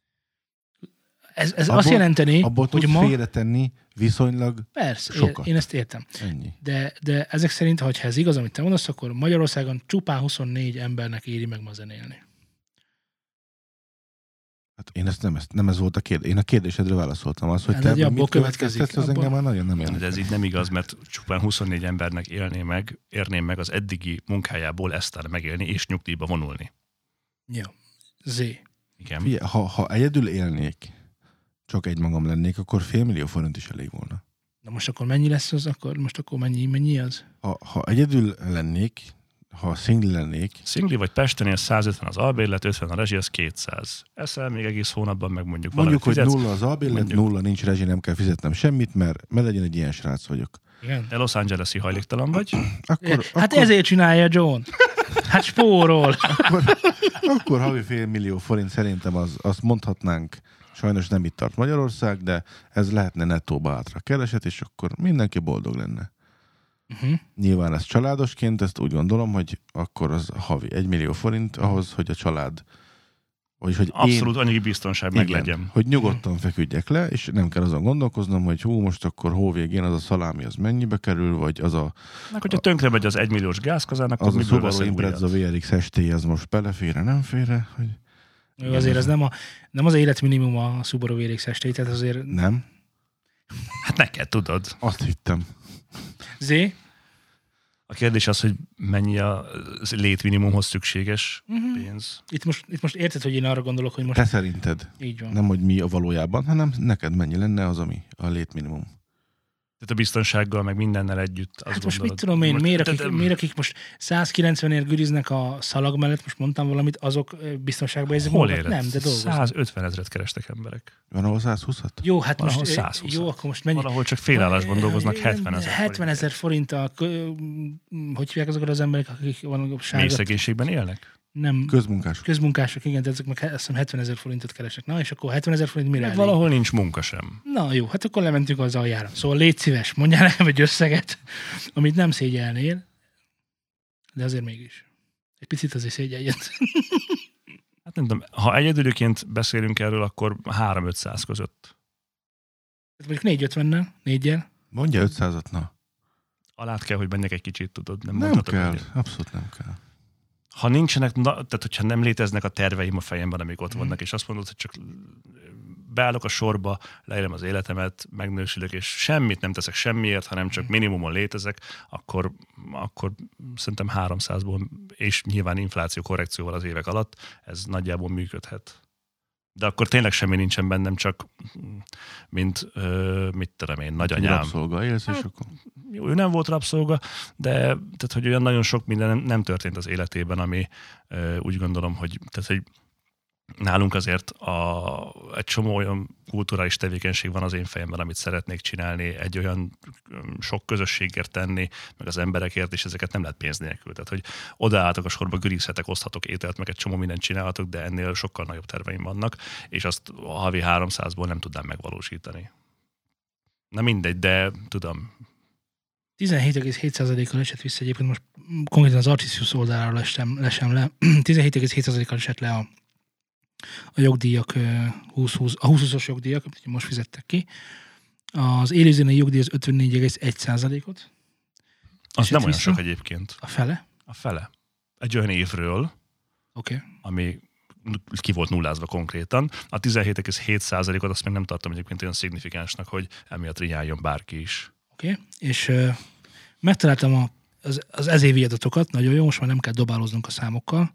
[SPEAKER 2] Ez abból, azt jelenteni,
[SPEAKER 3] abból
[SPEAKER 2] hogy ma...
[SPEAKER 3] félretenni viszonylag
[SPEAKER 2] persze,
[SPEAKER 3] sokat.
[SPEAKER 2] Én ezt értem.
[SPEAKER 3] Ennyi.
[SPEAKER 2] De ezek szerint, ha ez igaz, amit te mondasz, akkor Magyarországon csupán 24 embernek éri meg ma zenélni.
[SPEAKER 3] Hát én nem ez volt a kérdés. Én a kérdésedre válaszoltam. Az, hogy
[SPEAKER 2] te mit következik.
[SPEAKER 3] Az engem már nagyon nem érdekel.
[SPEAKER 1] De ez így nem igaz, mert csupán 24 embernek érném meg az eddigi munkájából eztán megélni és nyugdíjba vonulni.
[SPEAKER 2] Ja.
[SPEAKER 1] Igen.
[SPEAKER 3] Figyelj, ha egyedül élnék, csak egymagam lennék, akkor 500 000 forint is elég volna.
[SPEAKER 2] Na most akkor mennyi lesz az? Akkor mennyi az?
[SPEAKER 3] Ha egyedül lennék, ha szingli lennék,
[SPEAKER 1] Szingli vagy Pestenél 150 az albérlet, 50 a rezsi, az 200. Eszel még egész hónapban, meg mondjuk
[SPEAKER 3] hogy
[SPEAKER 1] fizetsz.
[SPEAKER 3] 0 az albérlet, 0 nincs rezsi, nem kell fizetnem semmit, mert legyen egy ilyen srác vagyok.
[SPEAKER 2] Igen.
[SPEAKER 1] De Los Angeles-i hajléktalan vagy?
[SPEAKER 2] Hát ezért csinálja John. Hát spórol.
[SPEAKER 3] Akkor havi $500,000 szerintem azt mondhatnánk, sajnos nem itt tart Magyarország, de ez lehetne nettóba átra kereset, és akkor mindenki boldog lenne. Nyilván ez családosként, ezt úgy gondolom, hogy akkor az havi $1,000,000 ahhoz, hogy a család, vagyis hogy
[SPEAKER 1] abszolút anyagi biztonság meg legyen.
[SPEAKER 3] Hogy nyugodtan feküdjek le, és nem kell azon gondolkoznom, hogy most akkor hóvégén az a szalámi az mennyibe kerül, vagy az a...
[SPEAKER 1] Hogyha tönkre megy az 1 milliós gázkazán, akkor
[SPEAKER 3] az
[SPEAKER 1] miből
[SPEAKER 3] a Subaru Impreza VRX ST, az most belefére, nem félre? Hogy...
[SPEAKER 2] Azért ez nem az életminimum a Subaru VRX ST, tehát azért...
[SPEAKER 3] Nem?
[SPEAKER 1] Hát neked tudod.
[SPEAKER 3] Azt hittem.
[SPEAKER 2] Zé?
[SPEAKER 1] A kérdés az, hogy mennyi a létminimumhoz szükséges pénz.
[SPEAKER 2] Itt most érted, hogy én arra gondolok, hogy most...
[SPEAKER 3] Te szerinted.
[SPEAKER 2] Így van.
[SPEAKER 3] Nem, hogy mi a valójában, hanem neked mennyi lenne az, ami a létminimum.
[SPEAKER 1] Tehát a biztonsággal, meg mindennel együtt. Azt
[SPEAKER 2] Hát most
[SPEAKER 1] gondolod,
[SPEAKER 2] mit tudom én, miért akik most 190-ért güriznek a szalag mellett, most mondtam valamit, azok biztonságban érzik
[SPEAKER 1] hol
[SPEAKER 2] magukat? Nem, de dolgoznak.
[SPEAKER 1] 150 000 kerestek emberek.
[SPEAKER 3] Van ahol 120-at?
[SPEAKER 2] Jó, hát
[SPEAKER 1] Valahol
[SPEAKER 2] most
[SPEAKER 1] 120.
[SPEAKER 2] jó, akkor most mennyi?
[SPEAKER 1] Valahol csak félállásban dolgoznak 70 000
[SPEAKER 2] 70 000 forinttal, hogy hívják azokat az emberek, akik vannak
[SPEAKER 1] mély szegénységben élnek?
[SPEAKER 2] Nem.
[SPEAKER 3] Közmunkások,
[SPEAKER 2] igen, de ezek meg azt hiszem 70 000 forintot keresnek. Na, és akkor 70 000 forint mire
[SPEAKER 1] Meg
[SPEAKER 2] elég?
[SPEAKER 1] valahol nincs munka sem.
[SPEAKER 2] Na jó, hát akkor lementünk az aljára. Szóval légy szíves, mondjál nekem egy összeget, amit nem szégyelnél, de azért mégis. Egy picit azért szégyeljen.
[SPEAKER 1] Hát nem tudom, ha egyedülőként beszélünk erről, akkor 3-500 között.
[SPEAKER 2] Tehát mondjuk 450-nel, 4-jel.
[SPEAKER 3] Mondja 500-at, na.
[SPEAKER 1] Alá kell, hogy menjek egy kicsit, tudod.
[SPEAKER 3] Nem kell, abszolút nem kell.
[SPEAKER 1] Ha nincsenek, tehát hogyha nem léteznek a terveim a fejemben, amik ott vannak, és azt mondod, hogy csak beállok a sorba, leélem az életemet, megnősülök, és semmit nem teszek semmiért, hanem csak minimumon létezek, akkor szerintem 300-ból, és nyilván infláció korrekcióval az évek alatt, ez nagyjából működhet. De akkor tényleg semmi nincsen bennem, csak mint, mit tudom én, nagyanyám.
[SPEAKER 3] Rabszolga élsz, és akkor...
[SPEAKER 1] Jó, ő nem volt rabszolga, de tehát, hogy olyan nagyon sok minden nem történt az életében, ami úgy gondolom, hogy nálunk azért egy csomó olyan kulturális tevékenység van az én fejemben, amit szeretnék csinálni, egy olyan sok közösségért tenni, meg az emberekért, és ezeket nem lehet pénz nélkül. Tehát, hogy odaálltok a sorba, gürizhetek, oszthatok ételt, meg egy csomó mindent csinálhatok, de ennél sokkal nagyobb terveim vannak, és azt a havi 300-ból nem tudnám megvalósítani. Na mindegy, de tudom.
[SPEAKER 2] 17,7%-kal esett vissza egyébként, most konkrétan az Artisius oldalára lesem le. 17,7%-kal esett le a jogdíjak, a 2020-as jogdíjak, amit most fizettek ki. Az élőzenei jogdíj az 54,1%-ot.
[SPEAKER 1] Az nem olyan sok egyébként.
[SPEAKER 2] A fele?
[SPEAKER 1] A fele. Egy olyan évről, ami ki volt nullázva konkrétan. A 17,7%-ot azt még nem tartom egyébként olyan szignifikánsnak, hogy emiatt rinyáljon bárki is.
[SPEAKER 2] És megtaláltam az ezévi adatokat, nagyon jó, most már nem kell dobáloznunk a számokkal.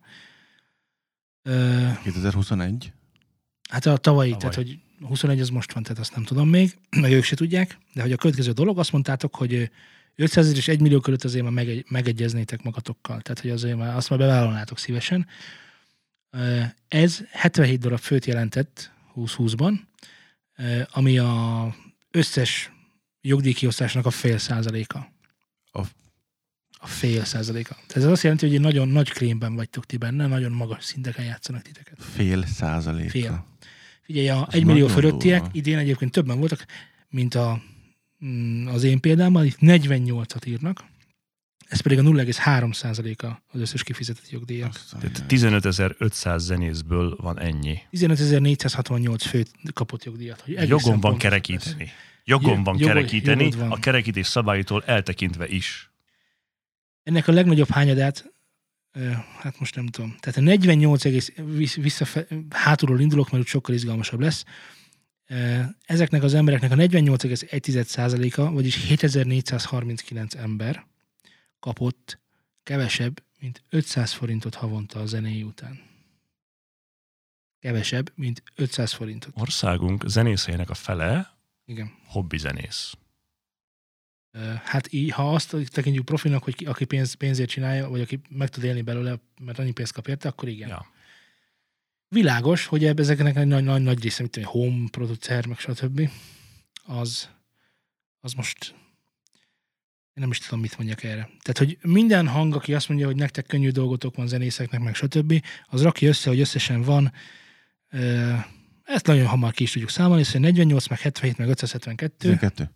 [SPEAKER 3] 2021?
[SPEAKER 2] Hát a tavalyi, tehát hogy 21 az most van, tehát azt nem tudom még, meg ők se tudják, de hogy a következő dolog, azt mondtátok, hogy 500 000 és 1 millió között azért már megegyeznétek magatokkal, tehát hogy azért már azt már bevállalnátok szívesen. Ez 77 darab főt jelentett 2020-ban, ami a összes jogdíjkiosztásnak a 0,5%. A 0,5%. Tehát ez azt jelenti, hogy egy nagyon nagy krémben vagytok ti benne, nagyon magas szinteken játszanak titeket.
[SPEAKER 3] 0,5%.
[SPEAKER 2] Fél. Figyelj, a 1 millió fölöttiek idén egyébként többen voltak, mint az én példámmal, itt 48-at írnak, ez pedig a 0,3%-a az összes kifizetett jogdíjak.
[SPEAKER 1] Tehát 15.500 zenészből van ennyi.
[SPEAKER 2] 15.468 fő kapott jogdíjat.
[SPEAKER 1] Jogom van kerekíteni. Jogom van kerekíteni, a kerekítés szabálytól eltekintve is.
[SPEAKER 2] Ennek a legnagyobb hányadát, hát most nem tudom, tehát a 48 hátulról indulok, mert úgy sokkal izgalmasabb lesz. Ezeknek az embereknek a 48,1%-a, vagyis 7439 ember kapott kevesebb, mint 500 forintot havonta a zenéi után. Kevesebb, mint 500 forintot.
[SPEAKER 1] Országunk zenészeinek a fele
[SPEAKER 2] igen.
[SPEAKER 1] hobbi zenész.
[SPEAKER 2] Hát ha azt tekintjük profinak, hogy aki pénzért csinálja, vagy aki meg tud élni belőle, mert annyi pénzt kap érte, akkor igen.
[SPEAKER 1] Ja.
[SPEAKER 2] Világos, hogy ezeknek egy nagy része, mint egy home producer, meg stb. Az most én nem is tudom, mit mondjak erre. Tehát, hogy minden hang, aki azt mondja, hogy nektek könnyű dolgotok van zenészeknek, meg stb., az rakja össze, hogy összesen van, ezt nagyon hamar ki is tudjuk számolni, szóval 48, meg 77, meg 572.
[SPEAKER 3] 12.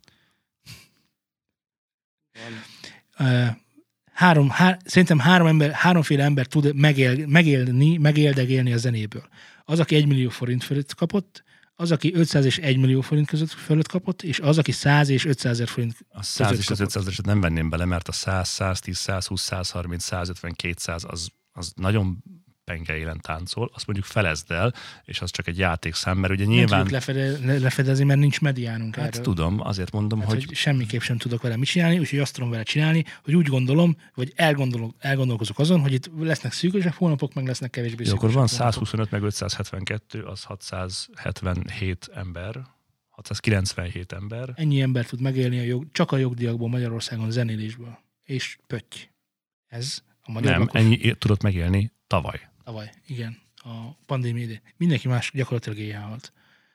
[SPEAKER 2] Szerintem háromféle ember tud megéldegélni a zenéből. Az, aki 1 millió forint fölött kapott, az, aki 500 és 1 millió forint között fölött kapott, és az, aki 100 és 500 ezer forint
[SPEAKER 1] A 100 és az 500 eset nem venném bele, mert a 100, 110, 120, 130, 150, 200 az nagyon penge élen táncol, azt mondjuk felezd el, és az csak egy játékszám, mert ugye nyilván...
[SPEAKER 2] Nem tudjuk lefedezni, mert nincs mediánunk
[SPEAKER 1] hát
[SPEAKER 2] erről.
[SPEAKER 1] tudom, azért mondom,
[SPEAKER 2] Hát,
[SPEAKER 1] hogy
[SPEAKER 2] semmiképp sem tudok vele mit csinálni, úgyhogy azt tudom vele csinálni, hogy úgy gondolom, vagy elgondolkozok azon, hogy itt lesznek szűkösebb hónapok, meg lesznek kevésbé
[SPEAKER 1] jó, akkor
[SPEAKER 2] szűkösebb
[SPEAKER 1] van
[SPEAKER 2] hónapok.
[SPEAKER 1] 125 meg 572, az 677 ember, 697 ember.
[SPEAKER 2] Ennyi ember tud megélni csak a jogdíjakból Magyarországon zenélésből. És pötty. Ez a magyar
[SPEAKER 1] Nem,
[SPEAKER 2] lakos...
[SPEAKER 1] ennyi tudott megélni tavaly.
[SPEAKER 2] Tavaly, igen. A pandémia idején. Mindenki más gyakorlatilag éjjel halt.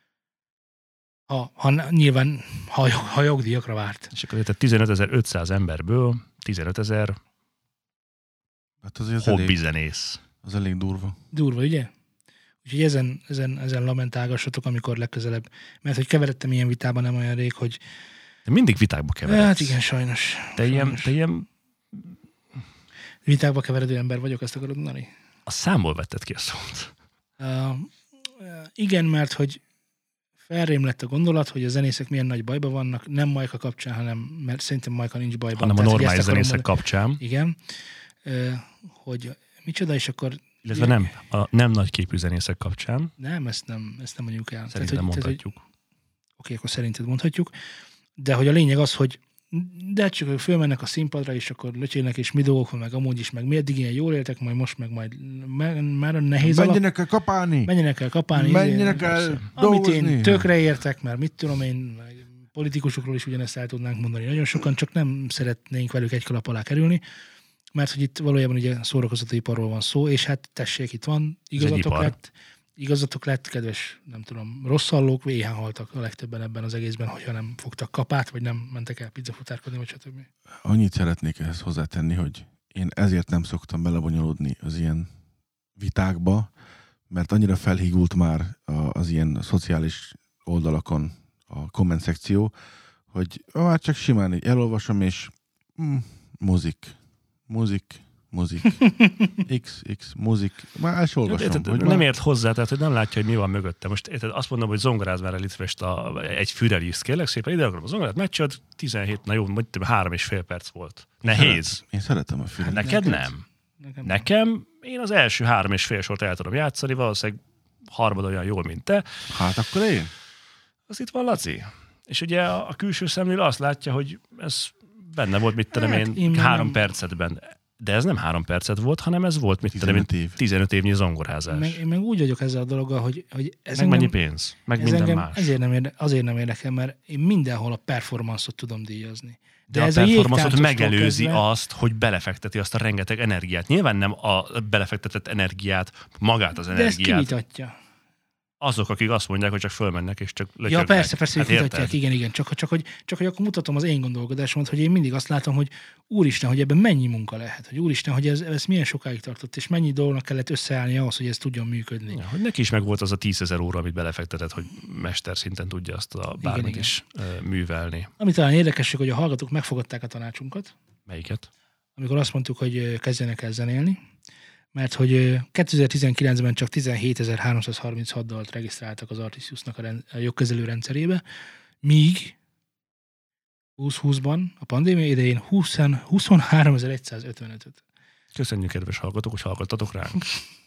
[SPEAKER 2] Nyilván, ha jogdíjakra várt.
[SPEAKER 1] És akkor tehát 15.500 emberből 15.000
[SPEAKER 3] Hát azért
[SPEAKER 1] hobbizenész.
[SPEAKER 3] az elég durva.
[SPEAKER 2] Durva, ugye? Úgyhogy ezen lamentálgassatok, amikor legközelebb. Mert hogy keveredtem ilyen vitában nem olyan rég, hogy...
[SPEAKER 1] De mindig vitákba keveredsz.
[SPEAKER 2] Hát igen, sajnos.
[SPEAKER 1] Te ilyen
[SPEAKER 2] Vitákba keveredő ember vagyok, ezt akarod mondani?
[SPEAKER 1] a számból vetted ki a szót.
[SPEAKER 2] Igen, mert hogy felrém lett a gondolat, hogy a zenészek milyen nagy bajban vannak, nem Majka kapcsán, hanem, mert szerintem Majka nincs bajban.
[SPEAKER 1] Hanem a
[SPEAKER 2] Tehát, hogy
[SPEAKER 1] normális
[SPEAKER 2] ezt akarom
[SPEAKER 1] zenészek
[SPEAKER 2] mondani.
[SPEAKER 1] kapcsán.
[SPEAKER 2] Igen. Hogy micsoda, és akkor...
[SPEAKER 1] Illetve nem, a nem nagy képű zenészek kapcsán.
[SPEAKER 2] Nem, ezt nem mondjuk el.
[SPEAKER 1] Szerintem mondhatjuk.
[SPEAKER 2] Oké, akkor szerinted mondhatjuk. De hogy a lényeg az, hogy de csak ők fölmennek a színpadra, és akkor löcsélnek, és mi dolgok van, meg amúgy is, meg mi eddig ilyen jól éltek, majd már nehéz
[SPEAKER 3] Menjenek el kapálni!
[SPEAKER 2] Menjenek el kapálni.
[SPEAKER 3] Menjenek el dolgozni!
[SPEAKER 2] Amit én tökre értek, mert mit tudom én, politikusokról is ugyanezt el tudnánk mondani. Nagyon sokan csak nem szeretnénk velük egy kalap alá kerülni, mert hogy itt valójában ugye szórakoztatóiparról van szó, és hát tessék, itt van, igazatok lett, kedves, nem tudom, rosszallók, éhen haltak a legtöbben ebben az egészben, hogyha nem fogtak kapát, vagy nem mentek el pizzafutárkodni, vagy stb.
[SPEAKER 3] Annyit szeretnék ehhez hozzátenni, hogy én ezért nem szoktam belebonyolódni az ilyen vitákba, mert annyira felhígult már az ilyen szociális oldalakon a komment szekció, hogy már csak simán így elolvasom, és muzik, X, muzik. Már el sem olvasom.
[SPEAKER 1] Nem ért hozzá, tehát hogy nem látja, hogy mi van mögötte. Most érted, azt mondom, hogy zongoráz már el itt egy Führeriszt, kérlek szépen, ide akarom a zongorát, megcsinálod, 17, na jó, 3,5 perc volt. Nehéz.
[SPEAKER 3] Én szeretem a Führerist.
[SPEAKER 1] Neked nem. Nekem én az első 3,5 sort el tudom játszani, valószínűleg harmad olyan jól, mint te.
[SPEAKER 3] Hát akkor én?
[SPEAKER 1] Az itt van Laci. És ugye a külső szemlél azt látja, hogy ez benne volt, mit tudom én 3 percetben. De ez nem 3 percet volt, hanem ez volt, mit tudom én, 15 évnyi zongorázás.
[SPEAKER 2] Én meg úgy vagyok ezzel a dologgal, hogy ez
[SPEAKER 1] meg mennyi pénz, meg minden más.
[SPEAKER 2] Azért nem érdekel, mert én mindenhol a performance-ot tudom díjazni.
[SPEAKER 1] De a performance-ot megelőzi azt, hogy belefekteti azt a rengeteg energiát. Nyilván nem a belefektetett energiát, magát az energiát.
[SPEAKER 2] De ezt kivitatja.
[SPEAKER 1] Azok, akik azt mondják, hogy csak fölmennek, és csak lötyögnek.
[SPEAKER 2] Ja, persze, hát vitatják, igen. Csak hogy akkor mutatom az én gondolkodásomat, hogy én mindig azt látom, hogy úristen, hogy ebben mennyi munka lehet, hogy úristen, hogy ez milyen sokáig tartott, és mennyi dolognak kellett összeállni ahhoz, hogy ez tudjon működni.
[SPEAKER 1] Ja, hogy neki is meg volt az a 10 000 óra, amit belefektetett, hogy mesterszinten tudja azt a bármit igen. is művelni.
[SPEAKER 2] Ami talán érdekesség, hogy a hallgatók megfogadták a tanácsunkat.
[SPEAKER 1] Melyiket? Amikor
[SPEAKER 2] azt mondtuk, hogy kezdjenek el zenélni. Mert hogy 2019-ben csak 17.336 dalt regisztráltak az Artisiusnak a jogkezelő rendszerébe, míg 2020-ban, a pandémia idején 23.155-öt.
[SPEAKER 1] Köszönjük, kedves hallgatók, hogy hallgattatok ránk.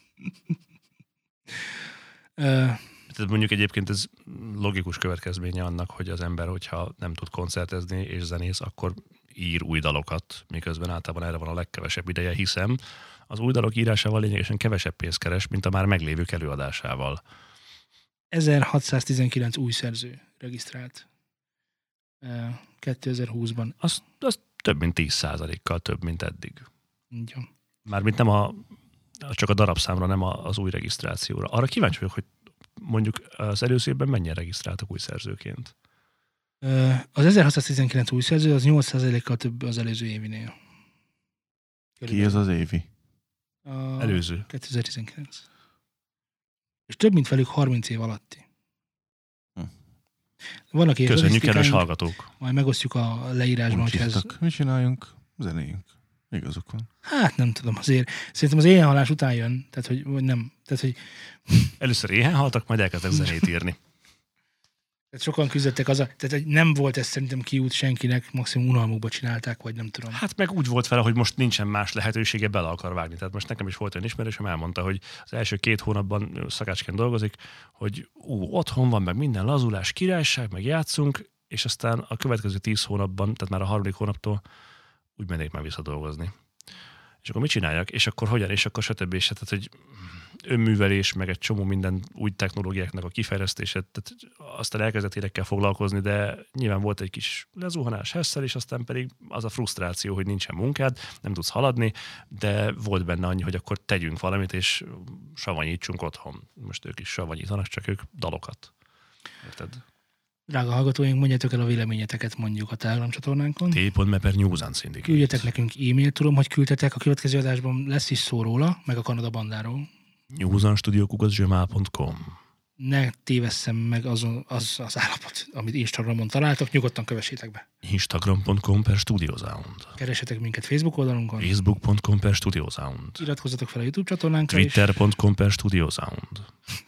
[SPEAKER 1] Tehát mondjuk egyébként ez logikus következménye annak, hogy az ember, hogyha nem tud koncertezni és zenész, akkor ír új dalokat, miközben általában erre van a legkevesebb ideje, hiszem az új dalok írásával lényegesen kevesebb pénzt keres, mint a már meglévők előadásával.
[SPEAKER 2] 1619 új szerző regisztrált 2020-ban.
[SPEAKER 1] Az több mint 10%-kal több, mint eddig.
[SPEAKER 2] Így van.
[SPEAKER 1] Mármint nem csak a darabszámra, nem az új regisztrációra. Arra kíváncsi vagyok, hogy mondjuk az előző évben mennyien regisztráltak új szerzőként.
[SPEAKER 2] Az 1619 új szerző az 8%-kal több az előző évinél.
[SPEAKER 3] Ki ez az évi?
[SPEAKER 1] Előző.
[SPEAKER 2] 2019. És több, mint velük 30 év alatti. Vannak ilyen
[SPEAKER 1] Köszönjük, kedves hallgatók!
[SPEAKER 2] Majd megosztjuk a leírásban, hogy ez...
[SPEAKER 3] Mi csináljunk? Zenéjünk. Igazuk van.
[SPEAKER 2] Hát nem tudom, azért. Szerintem az éhenhalás után jön, tehát hogy vagy nem. Tehát, hogy...
[SPEAKER 1] Először éhen haltak, majd elkezdtek zenét írni.
[SPEAKER 2] Tehát sokan küzdöttek tehát hogy nem volt ez szerintem kiút senkinek, maximum unalmukba csinálták, vagy nem tudom.
[SPEAKER 1] Hát meg úgy volt vele, hogy most nincsen más lehetősége, bele akar vágni. Tehát most nekem is volt olyan ismerősöm, elmondta, hogy az első 2 hónapban szakácsként dolgozik, hogy otthon van, meg minden lazulás, királyság, meg játszunk, és aztán a következő 10 hónapban, tehát már a 3. hónaptól úgy mennék már visszadolgozni. És akkor mit csináljak? És akkor hogyan? És akkor stb. És tehát, hogy önművelés, meg egy csomó minden új technológiáknak a kifejlesztése, tehát aztán elkezdett érekkel foglalkozni, de nyilván volt egy kis lezuhanás hesszel, és aztán pedig az a frusztráció, hogy nincsen munkád, nem tudsz haladni, de volt benne annyi, hogy akkor tegyünk valamit, és savanyítsunk otthon. Most ők is savanyítanak, csak ők dalokat. Érted?
[SPEAKER 2] Drága hallgatóink, mondjátok el a véleményeteket mondjuk a Telegram csatornánkon.
[SPEAKER 1] t.me/Newsan Syndicate.
[SPEAKER 2] Küldjetek nekünk e-mailt, tudom, hogy küldtetek, a következő adásban lesz is szó róla, meg a Kanada bandáról.
[SPEAKER 1] newsanstudio@gmail.com.
[SPEAKER 2] Ne tévesszem meg az állapot, amit Instagramon találtok, nyugodtan kövessétek be.
[SPEAKER 1] Instagram.com/studiosound.
[SPEAKER 2] Keressetek minket Facebook oldalunkon.
[SPEAKER 1] Facebook.com/studiosound.
[SPEAKER 2] Iratkozzatok fel a YouTube csatornánkra.
[SPEAKER 1] Twitter.com/studiosound.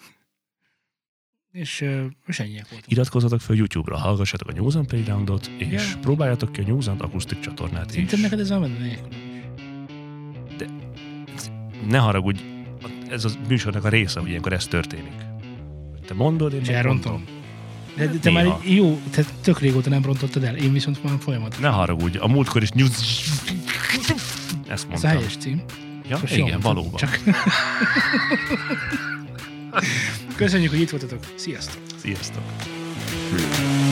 [SPEAKER 2] És ennyiek voltunk.
[SPEAKER 1] Iratkozzatok fel YouTube-ra, hallgassatok a Newsan Playgroundot, és próbáljátok ki a Newsan akusztik csatornát is.
[SPEAKER 2] Szerintem neked ez a nélkül.
[SPEAKER 1] De ne haragudj, ez a műsornak a része, hogy ilyenkor ez történik. Te mondod, én
[SPEAKER 2] elrontom. De már jó, te tök régóta nem rontottad el, én viszont már folyamatosan.
[SPEAKER 1] Ne haragudj, a múltkor is ezt mondtam.
[SPEAKER 2] Ez a helyes cím.
[SPEAKER 1] Ja, igen, valóban.
[SPEAKER 2] Csak... Köszönjük, hogy itt voltatok. Sziasztok!
[SPEAKER 1] Sziasztok!